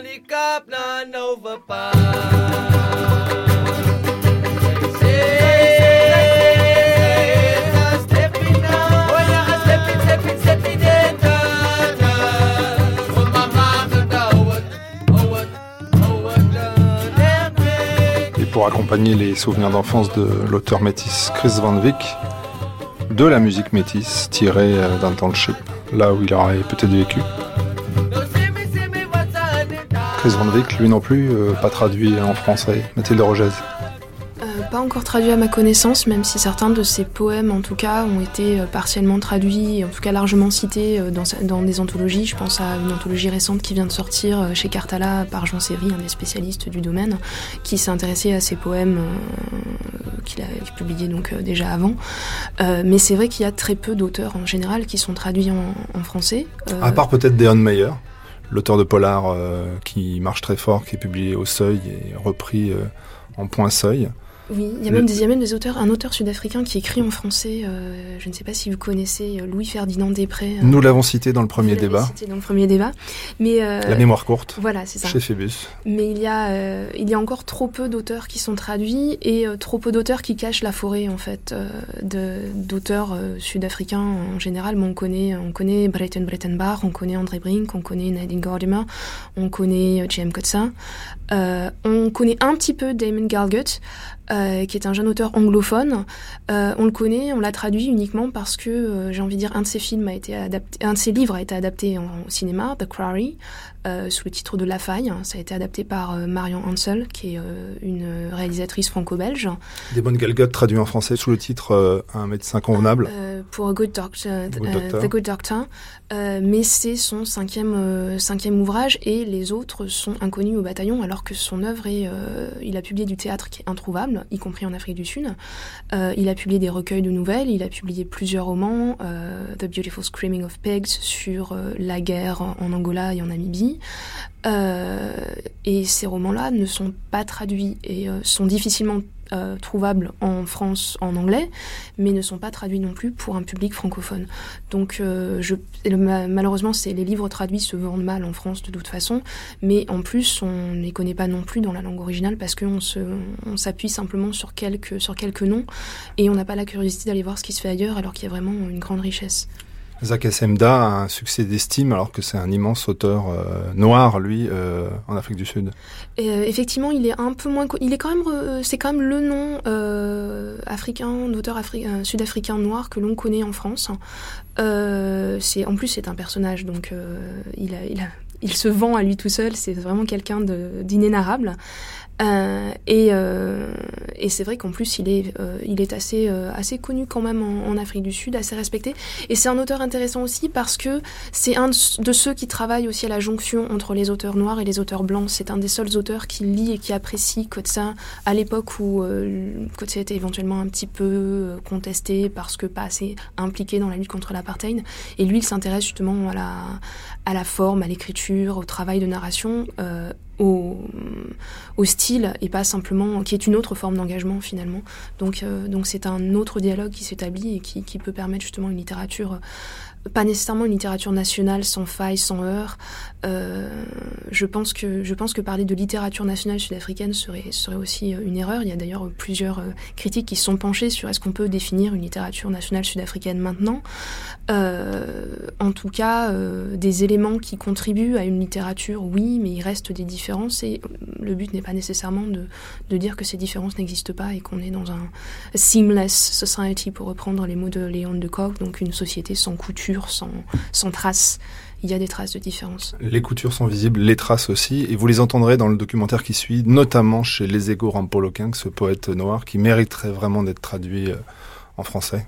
Pour accompagner les souvenirs d'enfance de l'auteur métis Chris Van Wyk, de la musique métisse tirée d'un township, là où il aurait peut-être vécu. Chris Van Wyk, lui non plus, euh, pas traduit en français. Mathilde Rogez. Pas encore traduit à ma connaissance, même si certains de ses poèmes, en tout cas, ont été partiellement traduits, et en tout cas largement cités dans, dans des anthologies. Je pense à une anthologie récente qui vient de sortir chez Cartala par Jean Séry, un des spécialistes du domaine, qui s'est intéressé à ses poèmes euh, qu'il a publiés donc euh, déjà avant. Euh, mais c'est vrai qu'il y a très peu d'auteurs en général qui sont traduits en, en français. Euh, à part peut-être Deon Meyer, l'auteur de polar euh, qui marche très fort, qui est publié au Seuil et repris euh, en point Seuil. Oui, il y a même des, il y a même des auteurs, un auteur sud-africain qui écrit en français, euh, je ne sais pas si vous connaissez Louis-Ferdinand Després. Euh, Nous l'avons cité dans le premier vous débat. Cité dans le premier débat. Mais, euh, La mémoire courte. Voilà, c'est ça. Chez Phébus. Mais il y a, euh, il y a encore trop peu d'auteurs qui sont traduits et euh, trop peu d'auteurs qui cachent la forêt, en fait, euh, de, d'auteurs euh, sud-africains en général. Mais on connaît, on connaît Breyten Breitenbach, on connaît André Brink, on connaît Nadine Gordimer, on connaît J M Coetzee. Euh, on connaît un petit peu Damon Galgut, euh, qui est un jeune auteur anglophone. Euh, on le connaît, on l'a traduit uniquement parce que, euh, j'ai envie de dire, un de ses films a été adapté, un de ses livres a été adapté en, au cinéma, The Quarry, euh, sous le titre de La Faille. Ça a été adapté par euh, Marion Hansel, qui est euh, une réalisatrice franco-belge. Damon Galgut traduit en français sous le titre euh, Un médecin convenable. Euh, pour A Good Doctor, Good euh, Doctor. The Good Doctor. Euh, mais c'est son cinquième, euh, cinquième ouvrage et les autres sont inconnus au bataillon alors que son œuvre est... Euh, il a publié du théâtre qui est introuvable, y compris en Afrique du Sud. Euh, il a publié des recueils de nouvelles, il a publié plusieurs romans, euh, The Beautiful Screaming of Pigs sur euh, la guerre en Angola et en Namibie. Euh, et ces romans-là ne sont pas traduits et euh, sont difficilement Euh, trouvables en France en anglais, mais ne sont pas traduits non plus pour un public francophone. Donc, euh, je, malheureusement, c'est, les livres traduits se vendent mal en France de toute façon, mais en plus, on ne les connaît pas non plus dans la langue originale parce qu'on se, on s'appuie simplement sur quelques, sur quelques noms et on n'a pas la curiosité d'aller voir ce qui se fait ailleurs alors qu'il y a vraiment une grande richesse. Zach Essemda a un succès d'estime alors que c'est un immense auteur euh, noir, lui, euh, en Afrique du Sud. Et, euh, effectivement, il est un peu moins... Il est quand même... Euh, c'est quand même le nom euh, africain, d'auteur afri- euh, sud-africain noir que l'on connaît en France. Euh, c'est, en plus, c'est un personnage, donc euh, il, a, il, a, il se vend à lui tout seul. C'est vraiment quelqu'un de, d'inénarrable. Euh, et, euh, et c'est vrai qu'en plus il est, euh, il est assez, euh, assez connu quand même en, en Afrique du Sud, assez respecté. Et c'est un auteur intéressant aussi parce que c'est un de, de ceux qui travaillent aussi à la jonction entre les auteurs noirs et les auteurs blancs. C'est un des seuls auteurs qui lit et qui apprécie Coetzee à l'époque où euh, Coetzee était éventuellement un petit peu contesté parce que pas assez impliqué dans la lutte contre l'apartheid. Et lui, il s'intéresse justement à la, à la forme, à l'écriture, au travail de narration. Euh, Au, au style et pas simplement qui est une autre forme d'engagement finalement donc euh, donc c'est un autre dialogue qui s'établit et qui qui peut permettre justement une littérature euh, pas nécessairement une littérature nationale sans faille, sans heurts. Euh, je pense que je pense que parler de littérature nationale sud-africaine serait serait aussi une erreur. Il y a d'ailleurs plusieurs euh, critiques qui se sont penchées sur est-ce qu'on peut définir une littérature nationale sud-africaine maintenant. Euh, en tout cas, euh, des éléments qui contribuent à une littérature, oui, mais il reste des différences et le but n'est pas nécessairement de de dire que ces différences n'existent pas et qu'on est dans un seamless society, pour reprendre les mots de Léon de Kock, donc une société sans couture, sans sans traces. Il y a des traces de différence. Les coutures sont visibles, les traces aussi, et vous les entendrez dans le documentaire qui suit, notamment chez Lesego Rampoloquin, ce poète noir qui mériterait vraiment d'être traduit en français.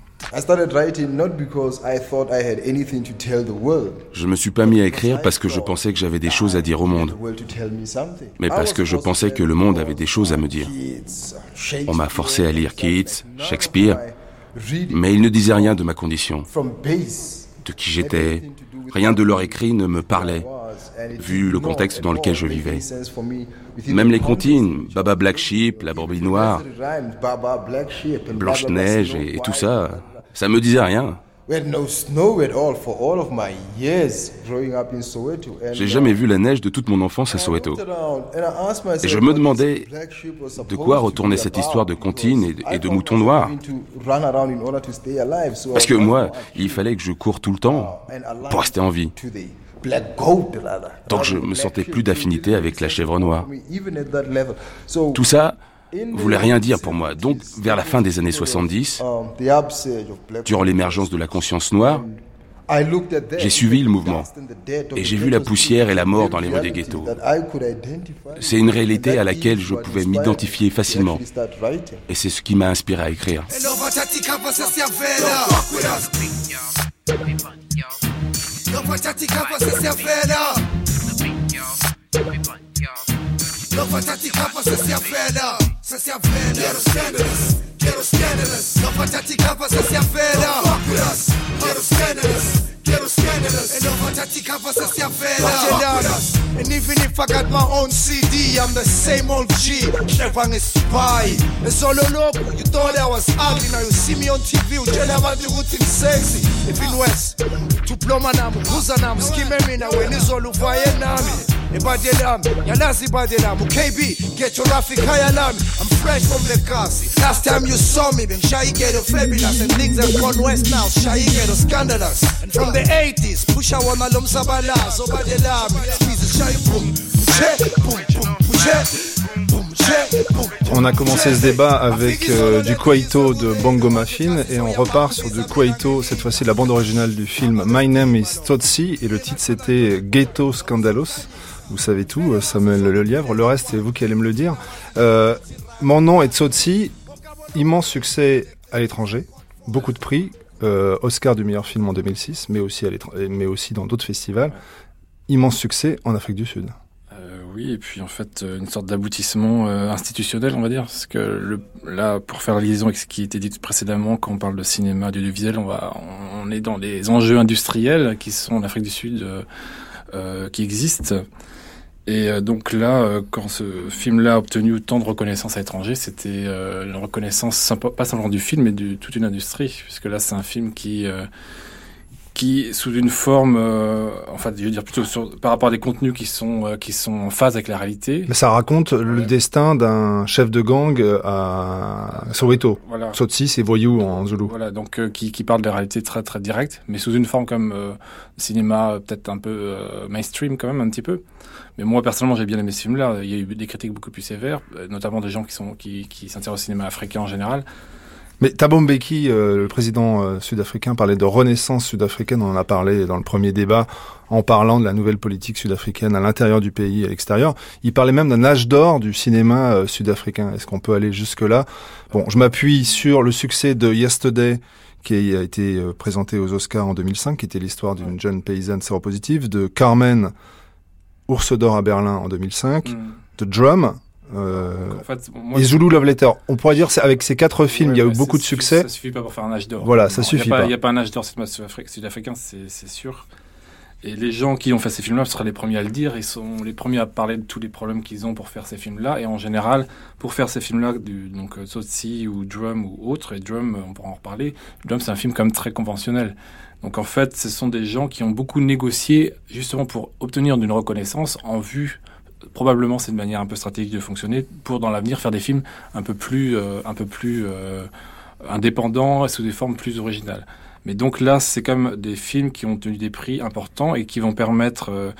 Je me suis pas mis à écrire parce que je pensais que j'avais des choses à dire au monde, mais parce que je pensais que le monde avait des choses à me dire. On m'a forcé à lire Keats, Shakespeare, mais ils ne disaient rien de ma condition, de qui j'étais. Rien de leur écrit ne me parlait, vu le contexte dans lequel je vivais. Même les comptines, Baba Black Sheep, la brebis noire, Blanche-Neige et, et tout ça, ça me disait rien. J'ai jamais vu la neige de toute mon enfance à Soweto. Et je me demandais de quoi retournait cette histoire de comptines et de, et de moutons noirs. Parce que moi, il fallait que je cours tout le temps pour rester en vie. Donc je me sentais plus d'affinité avec la chèvre noire. Tout ça voulait rien dire pour moi. Donc, vers la fin des années soixante-dix, durant l'émergence de la conscience noire, j'ai suivi le mouvement et j'ai vu la poussière et la mort dans les rues des ghettos. C'est une réalité à laquelle je pouvais m'identifier facilement et c'est ce qui m'a inspiré à écrire. Nova tática pra ser a velha, ser a velha. Quero scandalous, quero scandalous. Nova tática pra ser a velha. Fuck with us, quero scandalous, quero scandalous. And nova tática pra ser a velha. And even if I got my own C D, I'm the same old G. Chevang is spy. It's all loco, you thought I was ugly. Now you see me on T V, you tell about the routine sexy. If in West, tu ploma nam, buza nam, skime me na when is all over nami. Ibadelam, Yalazi Badelam, K B, get your Rafik Hayalam. I'm fresh from the Kasi. Last time you saw me, then Shai get a fabulous. And things have gone west now, Shai get a scandalous. And from the eighties, push our Malum Sabala, so Badelam, squeeze Shai boom, boom, boom, boom, On a commencé ce débat avec euh, du Kwaito de Bongo Muffin et on repart sur du Kwaito, cette fois-ci la bande originale du film My Name is Tsotsi et le titre c'était Ghetto Scandalos. Vous savez tout, Samuel Lelièvre, le reste c'est vous qui allez me le dire. Euh, mon nom est Tsotsi, immense succès à l'étranger, beaucoup de prix, euh, Oscar du meilleur film en deux mille six, mais aussi, à mais aussi dans d'autres festivals, immense succès en Afrique du Sud. Oui, et puis en fait, une sorte d'aboutissement euh, institutionnel, on va dire, parce que le, là, pour faire la liaison avec ce qui était dit précédemment, quand on parle de cinéma, d'audiovisuel, on va, on est dans les enjeux industriels qui sont en Afrique du Sud, euh, euh, qui existent. Et euh, donc là, euh, quand ce film-là a obtenu autant de reconnaissance à l'étranger, c'était euh, une reconnaissance pas simplement du film, mais de toute une industrie, puisque là, c'est un film qui euh, qui sous une forme, euh, enfin, je veux dire plutôt sur, par rapport à des contenus qui sont euh, qui sont en phase avec la réalité. Mais ça raconte ouais. le destin d'un chef de gang à Soweto. Voilà. Tsotsi, c'est voyou en zoulou. Voilà, donc euh, qui qui parle de réalité très très directe, mais sous une forme comme euh, cinéma peut-être un peu euh, mainstream quand même un petit peu. Mais moi personnellement, j'ai bien aimé ce film-là. Il y a eu des critiques beaucoup plus sévères, notamment des gens qui sont qui qui s'intéressent au cinéma africain en général. Mais Thabo Mbeki, euh, le président euh, sud-africain, parlait de renaissance sud-africaine. On en a parlé dans le premier débat en parlant de la nouvelle politique sud-africaine à l'intérieur du pays et à l'extérieur. Il parlait même d'un âge d'or du cinéma euh, sud-africain. Est-ce qu'on peut aller jusque-là ? Bon, je m'appuie sur le succès de Yesterday, qui a été euh, présenté aux Oscars en deux mille cinq, qui était l'histoire d'une jeune paysanne séropositive, de Carmen, Ours d'or à Berlin en deux mille cinq, mm. de Drum, Euh, en fait, moi, et Zulu Love Letter. On pourrait dire avec ces quatre films, ouais, il y a eu beaucoup de succès. Ça suffit pas pour faire un âge d'or. Voilà, ça non, suffit y a pas. Il n'y a pas un âge d'or sud-africain, c'est, c'est sûr. Et les gens qui ont fait ces films-là seraient les premiers à le dire. Ils sont les premiers à parler de tous les problèmes qu'ils ont pour faire ces films-là. Et en général, pour faire ces films-là, du, donc Tsotsi ou Drum ou autre, et Drum, on pourra en reparler. Drum, c'est un film quand même très conventionnel. Donc en fait, ce sont des gens qui ont beaucoup négocié justement pour obtenir une reconnaissance en vue. Probablement, c'est une manière un peu stratégique de fonctionner pour, dans l'avenir, faire des films un peu plus, euh, un peu plus euh, indépendants et sous des formes plus originales. Mais donc là, c'est quand même des films qui ont obtenu des prix importants et qui vont permettre euh,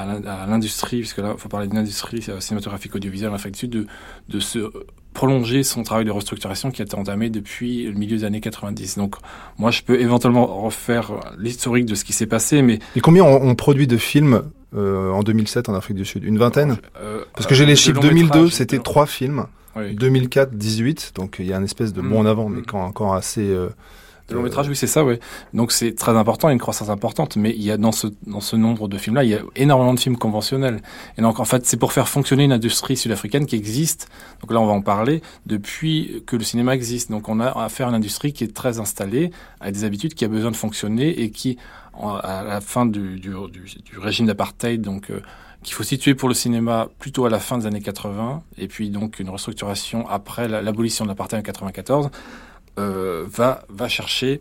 à l'industrie, puisque là, il faut parler d'une industrie cinématographique audiovisuelle en Afrique du Sud, de, de se prolonger son travail de restructuration qui a été entamé depuis le milieu des années quatre-vingt-dix. Donc, moi, je peux éventuellement refaire l'historique de ce qui s'est passé, mais... Et combien on, on produit de films euh, en deux mille sept en Afrique du Sud ? Une vingtaine ? euh, Parce que j'ai euh, les chiffres deux mille deux, c'était trois films. Oui. deux mille quatre, dix-huit. Donc, il y a une espèce de bond en avant, mais quand encore assez... Euh, Le long métrage, oui, c'est ça, oui. Donc c'est très important, il y a une croissance importante, mais il y a dans ce dans ce nombre de films-là, il y a énormément de films conventionnels. Et donc en fait, c'est pour faire fonctionner une industrie sud-africaine qui existe. Donc là, on va en parler depuis que le cinéma existe. Donc on a affaire à une industrie qui est très installée, avec des habitudes, qui a besoin de fonctionner et qui, à la fin du du, du, du régime d'apartheid, donc euh, qu'il faut situer pour le cinéma plutôt à la fin des années quatre-vingts, et puis donc une restructuration après la, l'abolition de l'apartheid en quatre-vingt-quatorze. euh, va, va chercher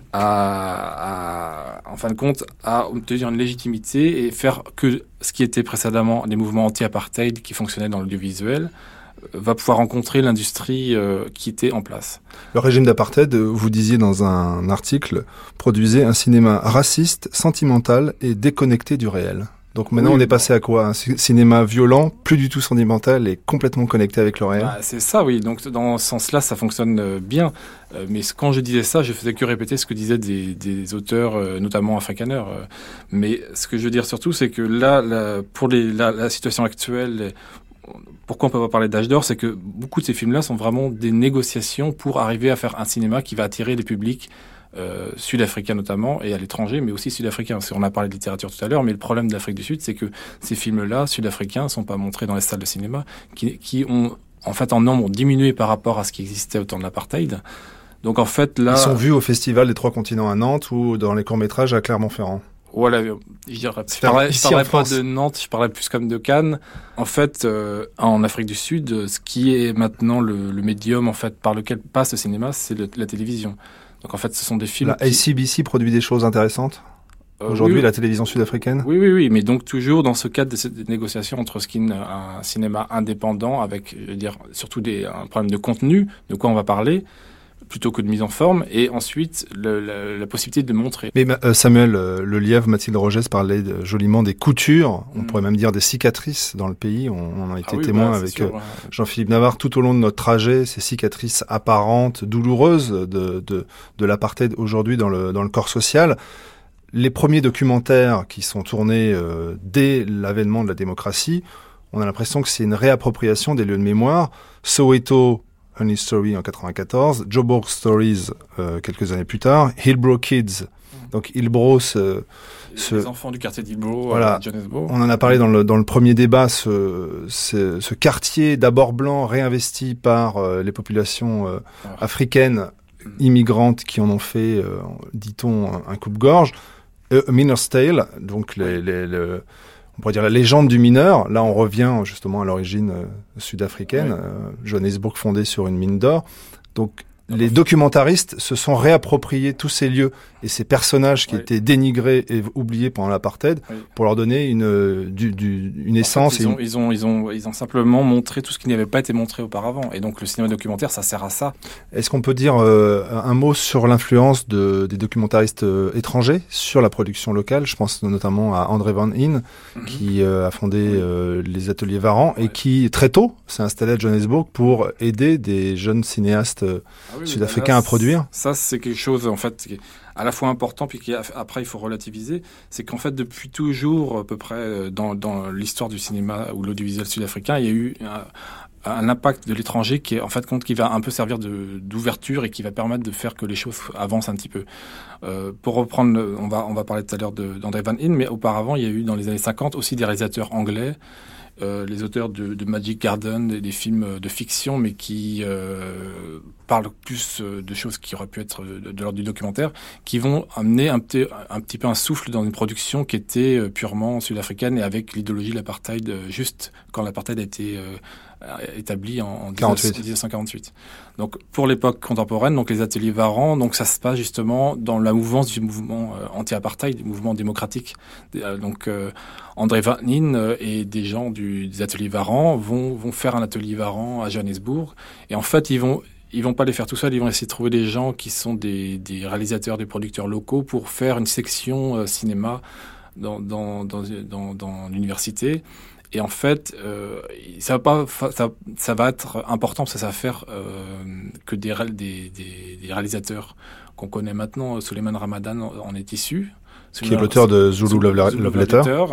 à, à, en fin de compte, à obtenir une légitimité et faire que ce qui était précédemment des mouvements anti-apartheid qui fonctionnaient dans l'audiovisuel va pouvoir rencontrer l'industrie euh, qui était en place. Le régime d'apartheid, vous disiez dans un article, produisait un cinéma raciste, sentimental et déconnecté du réel. Donc maintenant, oui, on est passé à quoi ? Un cinéma violent, plus du tout sentimental et complètement connecté avec le réel. Bah, c'est ça, oui. Donc dans ce sens-là, ça fonctionne bien. Euh, mais quand je disais ça, je faisais que répéter ce que disaient des, des auteurs, euh, notamment afrikaners. Euh. Mais ce que je veux dire surtout, c'est que là, là pour les, la, la situation actuelle, pourquoi on peut pas parler d'âge d'or, c'est que beaucoup de ces films-là sont vraiment des négociations pour arriver à faire un cinéma qui va attirer les publics euh, sud-africains notamment, et à l'étranger, mais aussi sud-africains. On a parlé de littérature tout à l'heure, mais le problème de l'Afrique du Sud, c'est que ces films-là, sud-africains, sont pas montrés dans les salles de cinéma, qui, qui ont, en fait, en nombre, diminué par rapport à ce qui existait au temps de l'apartheid. Donc en fait, là... Ils sont vus au Festival des Trois Continents à Nantes ou dans les courts-métrages à Clermont-Ferrand. Voilà, je dirais, je parlais, je parlais pas de Nantes, je parlais plus comme de Cannes. En fait, euh, en Afrique du Sud, ce qui est maintenant le, le médium en fait par lequel passe le cinéma, c'est le, la télévision. Donc en fait, ce sont des films. La qui... A C B C produit des choses intéressantes. Euh, Aujourd'hui, oui, oui. La télévision sud-africaine. Oui, oui, oui, mais donc toujours dans ce cadre de cette négociation entre ce qui est un cinéma indépendant, avec, je veux dire, surtout des un problème de contenu, de quoi on va parler, plutôt que de mise en forme, et ensuite le, la, la possibilité de montrer. Mais euh, Samuel euh, Lelièvre, Mathilde Rogez parlait de, joliment des coutures, on mmh. pourrait même dire des cicatrices dans le pays. On, on a été ah oui, témoin bah, avec sûr, euh, ouais. Jean-Philippe Navarre tout au long de notre trajet, ces cicatrices apparentes, douloureuses de, de, de l'apartheid aujourd'hui dans le, dans le corps social. Les premiers documentaires qui sont tournés euh, dès l'avènement de la démocratie, on a l'impression que c'est une réappropriation des lieux de mémoire. Soweto, An History en quatre-vingt-quatorze, Joburg Stories euh, quelques années plus tard, Hillbrow Kids, donc Hillbrow, ce, ce les enfants du quartier d'Hillbrow, voilà, à Johannesburg. On en a parlé dans le dans le premier débat, ce ce, ce quartier d'abord blanc réinvesti par euh, les populations euh, ouais. africaines immigrantes qui en ont fait, euh, dit-on, un, un coupe-gorge. Euh, Miner's Tale, donc les, les, les on pourrait dire la légende du mineur. Là, on revient justement à l'origine euh, sud-africaine. Ouais. Euh, Johannesburg fondée sur une mine d'or. Donc, les documentaristes se sont réappropriés tous ces lieux et ces personnages qui ouais. étaient dénigrés et oubliés pendant l'apartheid ouais. pour leur donner une, du, du, une essence. En fait, ils, ont, ils, ont, ils, ont, ils ont simplement montré tout ce qui n'avait pas été montré auparavant. Et donc, le cinéma documentaire, ça sert à ça. Est-ce qu'on peut dire euh, un mot sur l'influence de, des documentaristes euh, étrangers sur la production locale ? Je pense notamment à André Van Heen, mm-hmm. qui euh, a fondé oui. euh, les ateliers Varan ouais. et qui, très tôt, s'est installé à Johannesburg pour aider des jeunes cinéastes euh, ah oui, sud-africains là, à produire. Ça, c'est quelque chose, en fait, qui est à la fois important, puis qu'après, il faut relativiser. C'est qu'en fait, depuis toujours, à peu près, dans, dans l'histoire du cinéma ou l'audiovisuel sud-africain, il y a eu un, un impact de l'étranger qui est, en fait, compte, qui va un peu servir de, d'ouverture et qui va permettre de faire que les choses avancent un petit peu. Euh, pour reprendre, on va, on va parler tout à l'heure de, d'André Van Heen, mais auparavant, il y a eu, dans les années cinquante, aussi des réalisateurs anglais, Euh, les auteurs de, de Magic Garden, des, des films de fiction, mais qui euh, parlent plus de choses qui auraient pu être de, de l'ordre du documentaire, qui vont amener un petit, un petit peu un souffle dans une production qui était purement sud-africaine et avec l'idéologie de l'apartheid, juste quand l'apartheid a été euh, établi en, en dix-neuf cent quarante-huit. Donc pour l'époque contemporaine, donc les ateliers Varan, donc ça se passe justement dans la mouvance du mouvement euh, anti-apartheid, du mouvement démocratique. Euh, donc euh, André Van Heen euh, et des gens du, des ateliers Varan vont vont faire un atelier Varan à Johannesburg, et en fait ils vont ils vont pas les faire tout seuls, ils vont essayer de trouver des gens qui sont des, des réalisateurs, des producteurs locaux pour faire une section euh, cinéma dans dans dans dans, dans l'université. Et en fait, euh, ça va pas, ça, ça va être important parce que ça va faire euh, que des, des, des, des réalisateurs qu'on connaît maintenant. Souleymane Ramadan en est issu. Qui est l'auteur de Zulu Love, Love, Love Letter. Letter.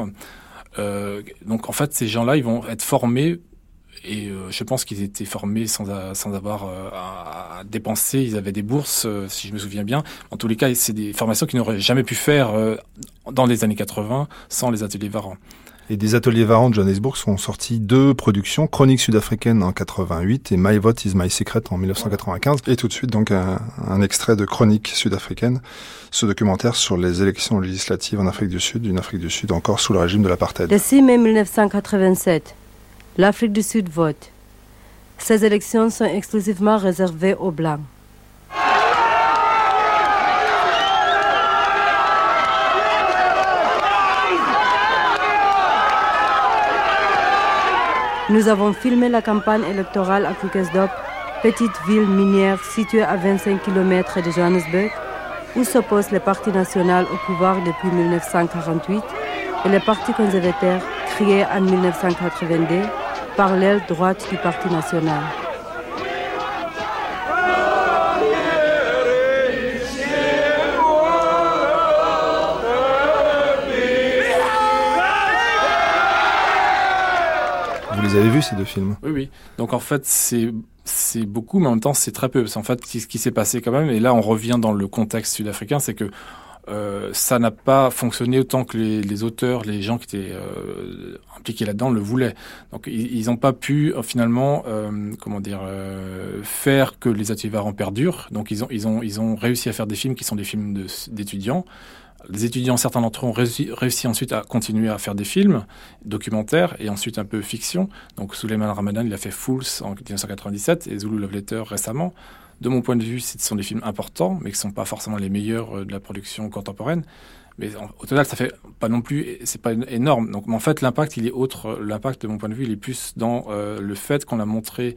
Euh, donc en fait, ces gens-là, ils vont être formés. Et euh, je pense qu'ils étaient formés sans, a, sans avoir euh, à, à dépenser. Ils avaient des bourses, euh, si je me souviens bien. En tous les cas, c'est des formations qu'ils n'auraient jamais pu faire euh, dans les années quatre-vingts sans les ateliers Varan. Et des ateliers Varan de Johannesburg sont sortis deux productions, Chronique sud-africaine en quatre-vingt-huit et My Vote is My Secret en dix-neuf cent quatre-vingt-quinze. Et tout de suite donc un, un extrait de Chronique sud-africaine, ce documentaire sur les élections législatives en Afrique du Sud, une Afrique du Sud encore sous le régime de l'apartheid. Le six mai dix-neuf cent quatre-vingt-sept, l'Afrique du Sud vote. Ces élections sont exclusivement réservées aux Blancs. Nous avons filmé la campagne électorale à Krugersdorp, petite ville minière située à vingt-cinq kilomètres de Johannesburg, où s'oppose le Parti national au pouvoir depuis dix-neuf cent quarante-huit et le Parti conservateur créé en dix-neuf cent quatre-vingt-deux par l'aile droite du Parti national. Vous les avez vus, ces deux films ? Oui, oui. Donc en fait, c'est, c'est beaucoup, mais en même temps, c'est très peu. Parce qu'en fait, ce qui s'est passé quand même, et là, on revient dans le contexte sud-africain, c'est que euh, ça n'a pas fonctionné autant que les, les auteurs, les gens qui étaient euh, impliqués là-dedans le voulaient. Donc ils n'ont pas pu, euh, finalement, euh, comment dire, euh, faire que les ateliers Varan perdurent. Donc ils ont, ils, ont, ils ont réussi à faire des films qui sont des films de, d'étudiants. Les étudiants, certains d'entre eux ont réussi, réussi ensuite à continuer à faire des films documentaires et ensuite un peu fiction. Donc Suleiman Ramadan, il a fait Fools en dix-neuf cent quatre-vingt-dix-sept et Zulu Love Letter récemment. De mon point de vue, ce sont des films importants, mais qui ne sont pas forcément les meilleurs de la production contemporaine. Mais en, au total, ça fait pas non plus, c'est pas énorme. Donc, en fait, l'impact, il est autre. L'impact, de mon point de vue, il est plus dans euh, le fait qu'on a montré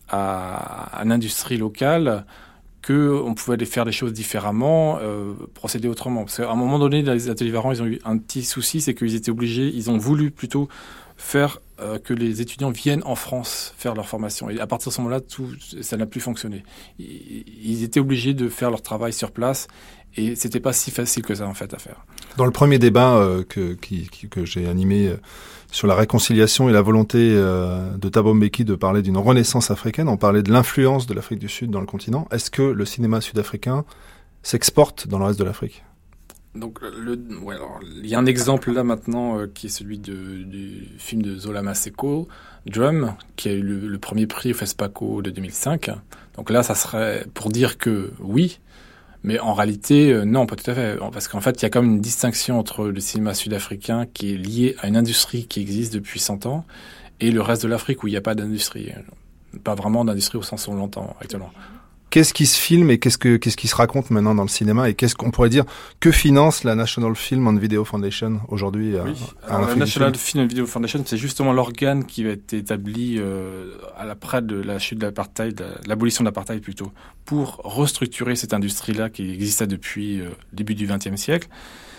à, à l'industrie locale qu'on pouvait faire des choses différemment, euh, procéder autrement. Parce qu'à un moment donné, dans les ateliers Varan, ils ont eu un petit souci, c'est qu'ils étaient obligés, ils ont voulu plutôt faire euh, que les étudiants viennent en France faire leur formation. Et à partir de ce moment-là, tout, ça n'a plus fonctionné. Ils, ils étaient obligés de faire leur travail sur place et c'était pas si facile que ça, en fait, à faire. Dans le premier débat euh, que, qui, qui, que j'ai animé euh, sur la réconciliation et la volonté euh, de Thabo Mbeki de parler d'une renaissance africaine, on parlait de l'influence de l'Afrique du Sud dans le continent. Est-ce que le cinéma sud-africain s'exporte dans le reste de l'Afrique ? Donc, le, ouais, alors, il y a un exemple là maintenant euh, qui est celui de, du film de Zola Maseko, Drum, qui a eu le, le premier prix au FESPACO de deux mille cinq. Donc là, ça serait pour dire que oui, mais en réalité, euh, non, pas tout à fait. Parce qu'en fait, il y a quand même une distinction entre le cinéma sud-africain qui est lié à une industrie qui existe depuis cent ans et le reste de l'Afrique où il n'y a pas d'industrie. Pas vraiment d'industrie au sens où on l'entend actuellement. Qu'est-ce qui se filme et qu'est-ce que qu'est-ce qui se raconte maintenant dans le cinéma et qu'est-ce qu'on pourrait dire que finance la National Film and Video Foundation aujourd'hui à, oui. à Alors, la National Film and Video Foundation, c'est justement l'organe qui a été établi euh, à l'après de la chute de l'apartheid, de l'abolition de l'apartheid plutôt, pour restructurer cette industrie-là qui existait depuis euh, le début du vingtième siècle.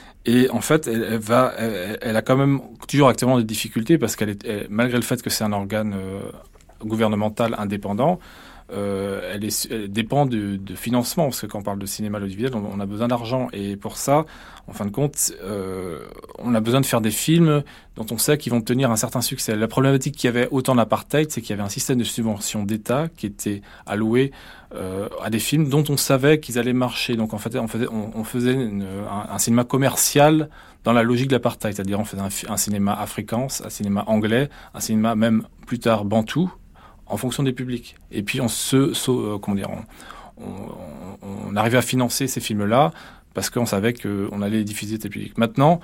Et en fait, elle, elle va, elle, elle a quand même toujours actuellement des difficultés parce qu'elle est, elle, malgré le fait que c'est un organe euh, gouvernemental indépendant. Euh, elle, est, elle dépend de, de financement, parce que quand on parle de cinéma audiovisuel, on, on a besoin d'argent. Et pour ça, en fin de compte, euh, on a besoin de faire des films dont on sait qu'ils vont obtenir un certain succès. La problématique qu'il y avait autant d'apartheid, c'est qu'il y avait un système de subvention d'État qui était alloué euh, à des films dont on savait qu'ils allaient marcher. Donc en fait, on faisait, on, on faisait une, un, un cinéma commercial dans la logique de l'apartheid, c'est-à-dire on faisait un, un cinéma afrikaans, un cinéma anglais, un cinéma même plus tard bantou, en fonction des publics. Et puis on se, se euh, comment dire, on, on, on arrivait à financer ces films-là parce qu'on savait qu'on allait les diffuser des publics. Maintenant,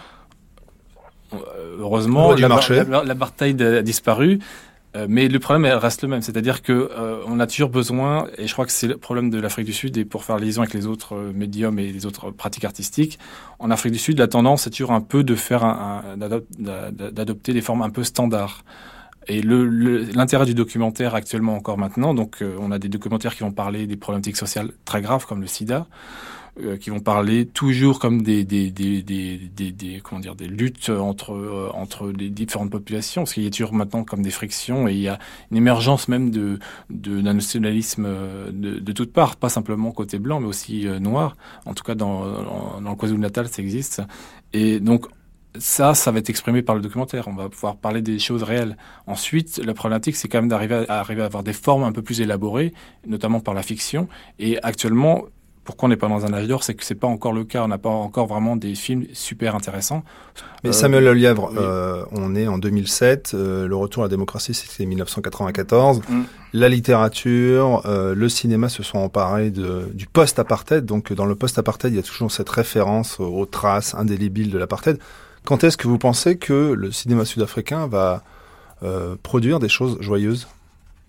heureusement, l'apartheid a disparu, euh, mais le problème elle reste le même. C'est-à-dire que euh, on a toujours besoin, et je crois que c'est le problème de l'Afrique du Sud, et pour faire liaison avec les autres euh, médiums et les autres pratiques artistiques, en Afrique du Sud, la tendance est toujours un peu de faire un, un, d'adopter des formes un peu standards. Et le, le, l'intérêt du documentaire actuellement encore maintenant, donc euh, on a des documentaires qui vont parler des problématiques sociales très graves comme le sida, euh, qui vont parler toujours comme des des des des des, des comment dire des luttes entre euh, entre les différentes populations, parce qu'il y a toujours maintenant comme des frictions et il y a une émergence même de de d'un nationalisme de, de toutes parts, pas simplement côté blanc mais aussi euh, noir. En tout cas dans dans, dans le KwaZulu-Natal ça existe et donc ça, ça va être exprimé par le documentaire. On va pouvoir parler des choses réelles. Ensuite, la problématique, c'est quand même d'arriver à, à arriver à avoir des formes un peu plus élaborées, notamment par la fiction. Et actuellement, pourquoi on n'est pas dans un âge d'or, c'est que c'est pas encore le cas. On n'a pas encore vraiment des films super intéressants. Mais euh, Samuel Lelièvre, oui. euh, on est en deux mille sept. Euh, le retour à la démocratie, c'était dix-neuf cent quatre-vingt-quatorze. Mm. La littérature, euh, le cinéma se sont emparés de, du post-apartheid. Donc, dans le post-apartheid, il y a toujours cette référence aux traces indélébiles de l'apartheid. Quand est-ce que vous pensez que le cinéma sud-africain va euh, produire des choses joyeuses ?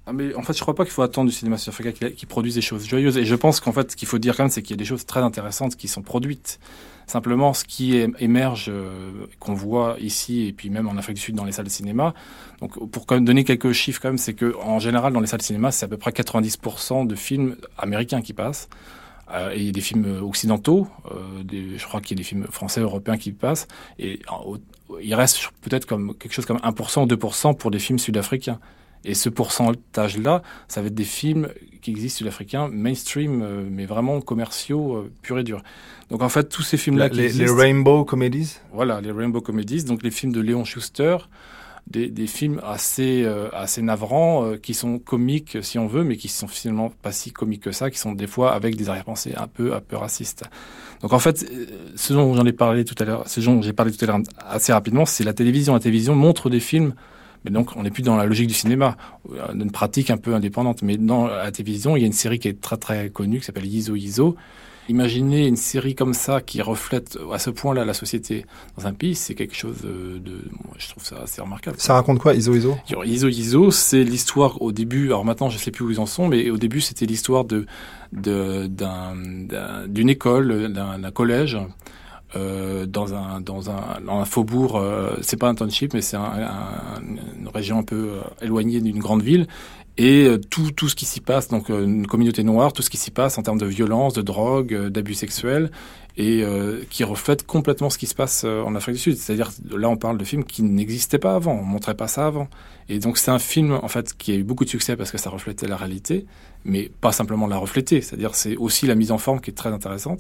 Ah mais en fait, je crois pas qu'il faut attendre du cinéma sud-africain qui, qui produise des choses joyeuses. Et je pense qu'en fait, ce qu'il faut dire quand même, c'est qu'il y a des choses très intéressantes qui sont produites. Simplement, ce qui é- émerge, euh, qu'on voit ici et puis même en Afrique du Sud dans les salles de cinéma. Donc, pour quand même donner quelques chiffres quand même, c'est que en général, dans les salles de cinéma, c'est à peu près quatre-vingt-dix pour cent de films américains qui passent. Euh, et des films occidentaux, euh, des, je crois qu'il y a des films français, européens qui passent. Et euh, il reste peut-être comme quelque chose comme un pour cent ou deux pour cent pour des films sud-africains. Et ce pourcentage-là, ça va être des films qui existent sud-africains, mainstream, euh, mais vraiment commerciaux, euh, purs et durs. Donc en fait, tous ces films-là qui les, existent... les Rainbow Comedies. Voilà, les Rainbow Comedies, donc les films de Léon Schuster, des, des films assez, euh, assez navrants, euh, qui sont comiques si on veut, mais qui sont finalement pas si comiques que ça, qui sont des fois avec des arrière-pensées un peu, un peu racistes. Donc en fait, ce dont j'en ai parlé tout à l'heure, ce dont j'ai parlé tout à l'heure assez rapidement, c'est la télévision. La télévision montre des films. Mais donc, on n'est plus dans la logique du cinéma, une pratique un peu indépendante. Mais dans la télévision, il y a une série qui est très très connue, qui s'appelle Yizo Yizo. Imaginez une série comme ça qui reflète à ce point-là la société dans un pays, c'est quelque chose de, de moi, je trouve ça assez remarquable. Ça raconte quoi, Yizo Yizo? Yizo Yizo, c'est l'histoire au début. Alors maintenant, je sais plus où ils en sont, mais au début, c'était l'histoire de, de d'un, d'un d'une école, d'un, d'un collège. Euh, dans un dans un dans un faubourg, euh, c'est pas un township, mais c'est un, un, une région un peu euh, éloignée d'une grande ville, et euh, tout tout ce qui s'y passe, donc euh, une communauté noire, tout ce qui s'y passe en termes de violence, de drogue, euh, d'abus sexuels, et euh, qui reflète complètement ce qui se passe euh, en Afrique du Sud. C'est-à-dire, là, on parle de films qui n'existaient pas avant, on montrait pas ça avant, et donc c'est un film en fait qui a eu beaucoup de succès parce que ça reflétait la réalité, mais pas simplement la refléter. C'est-à-dire, c'est aussi la mise en forme qui est très intéressante.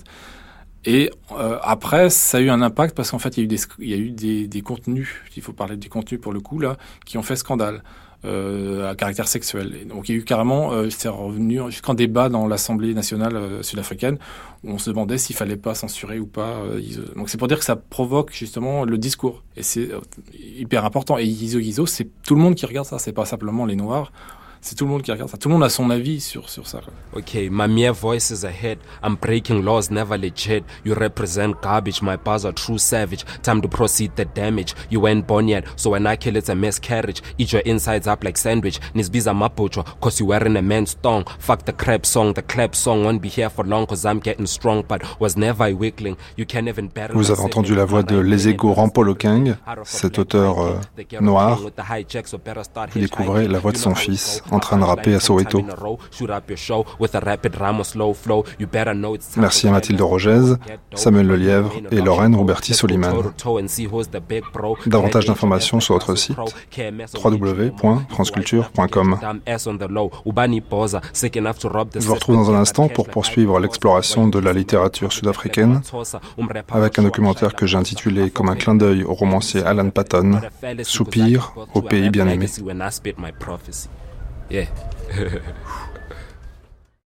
Et euh, après, ça a eu un impact parce qu'en fait, il y a eu des, il y a eu des, des contenus, il faut parler des contenus pour le coup, là, qui ont fait scandale euh, à caractère sexuel. Et donc, il y a eu carrément, euh, c'est revenu jusqu'en débat dans l'Assemblée nationale euh, sud-africaine, où on se demandait s'il fallait pas censurer ou pas. Euh, donc, c'est pour dire que ça provoque justement le discours. Et c'est euh, hyper important. Et Yizo Yizo, c'est tout le monde qui regarde ça, c'est pas simplement les Noirs. C'est tout le monde qui regarde ça. Tout le monde a son avis sur, sur ça. Okay, my mere voice is ahead. I'm breaking laws, never legit. You represent garbage, my bars are true savage. Time to proceed the damage. You ain't born yet, so when I kill it's a miscarriage. Eat your insides up like sandwich. Nisbiza mapucho, cause you wearing a man's thong. Fuck the crap song, the clap song won't be here for long cause I'm getting strong, but was never a weakling. You can't even battle. Vous avez entendu la voix de Lesego Rampolokeng, cet auteur euh, noir. Vous découvrez la voix de son fils en train de rapper à Soweto. Merci à Mathilde Rogez, Samuel Lelièvre et Lorraine Rouberti-Soliman. Davantage d'informations sur notre site w w w point france culture point com. Je vous retrouve dans un instant pour poursuivre l'exploration de la littérature sud-africaine avec un documentaire que j'ai intitulé comme un clin d'œil au romancier Alan Paton, Soupir au pays bien-aimé. Yeah.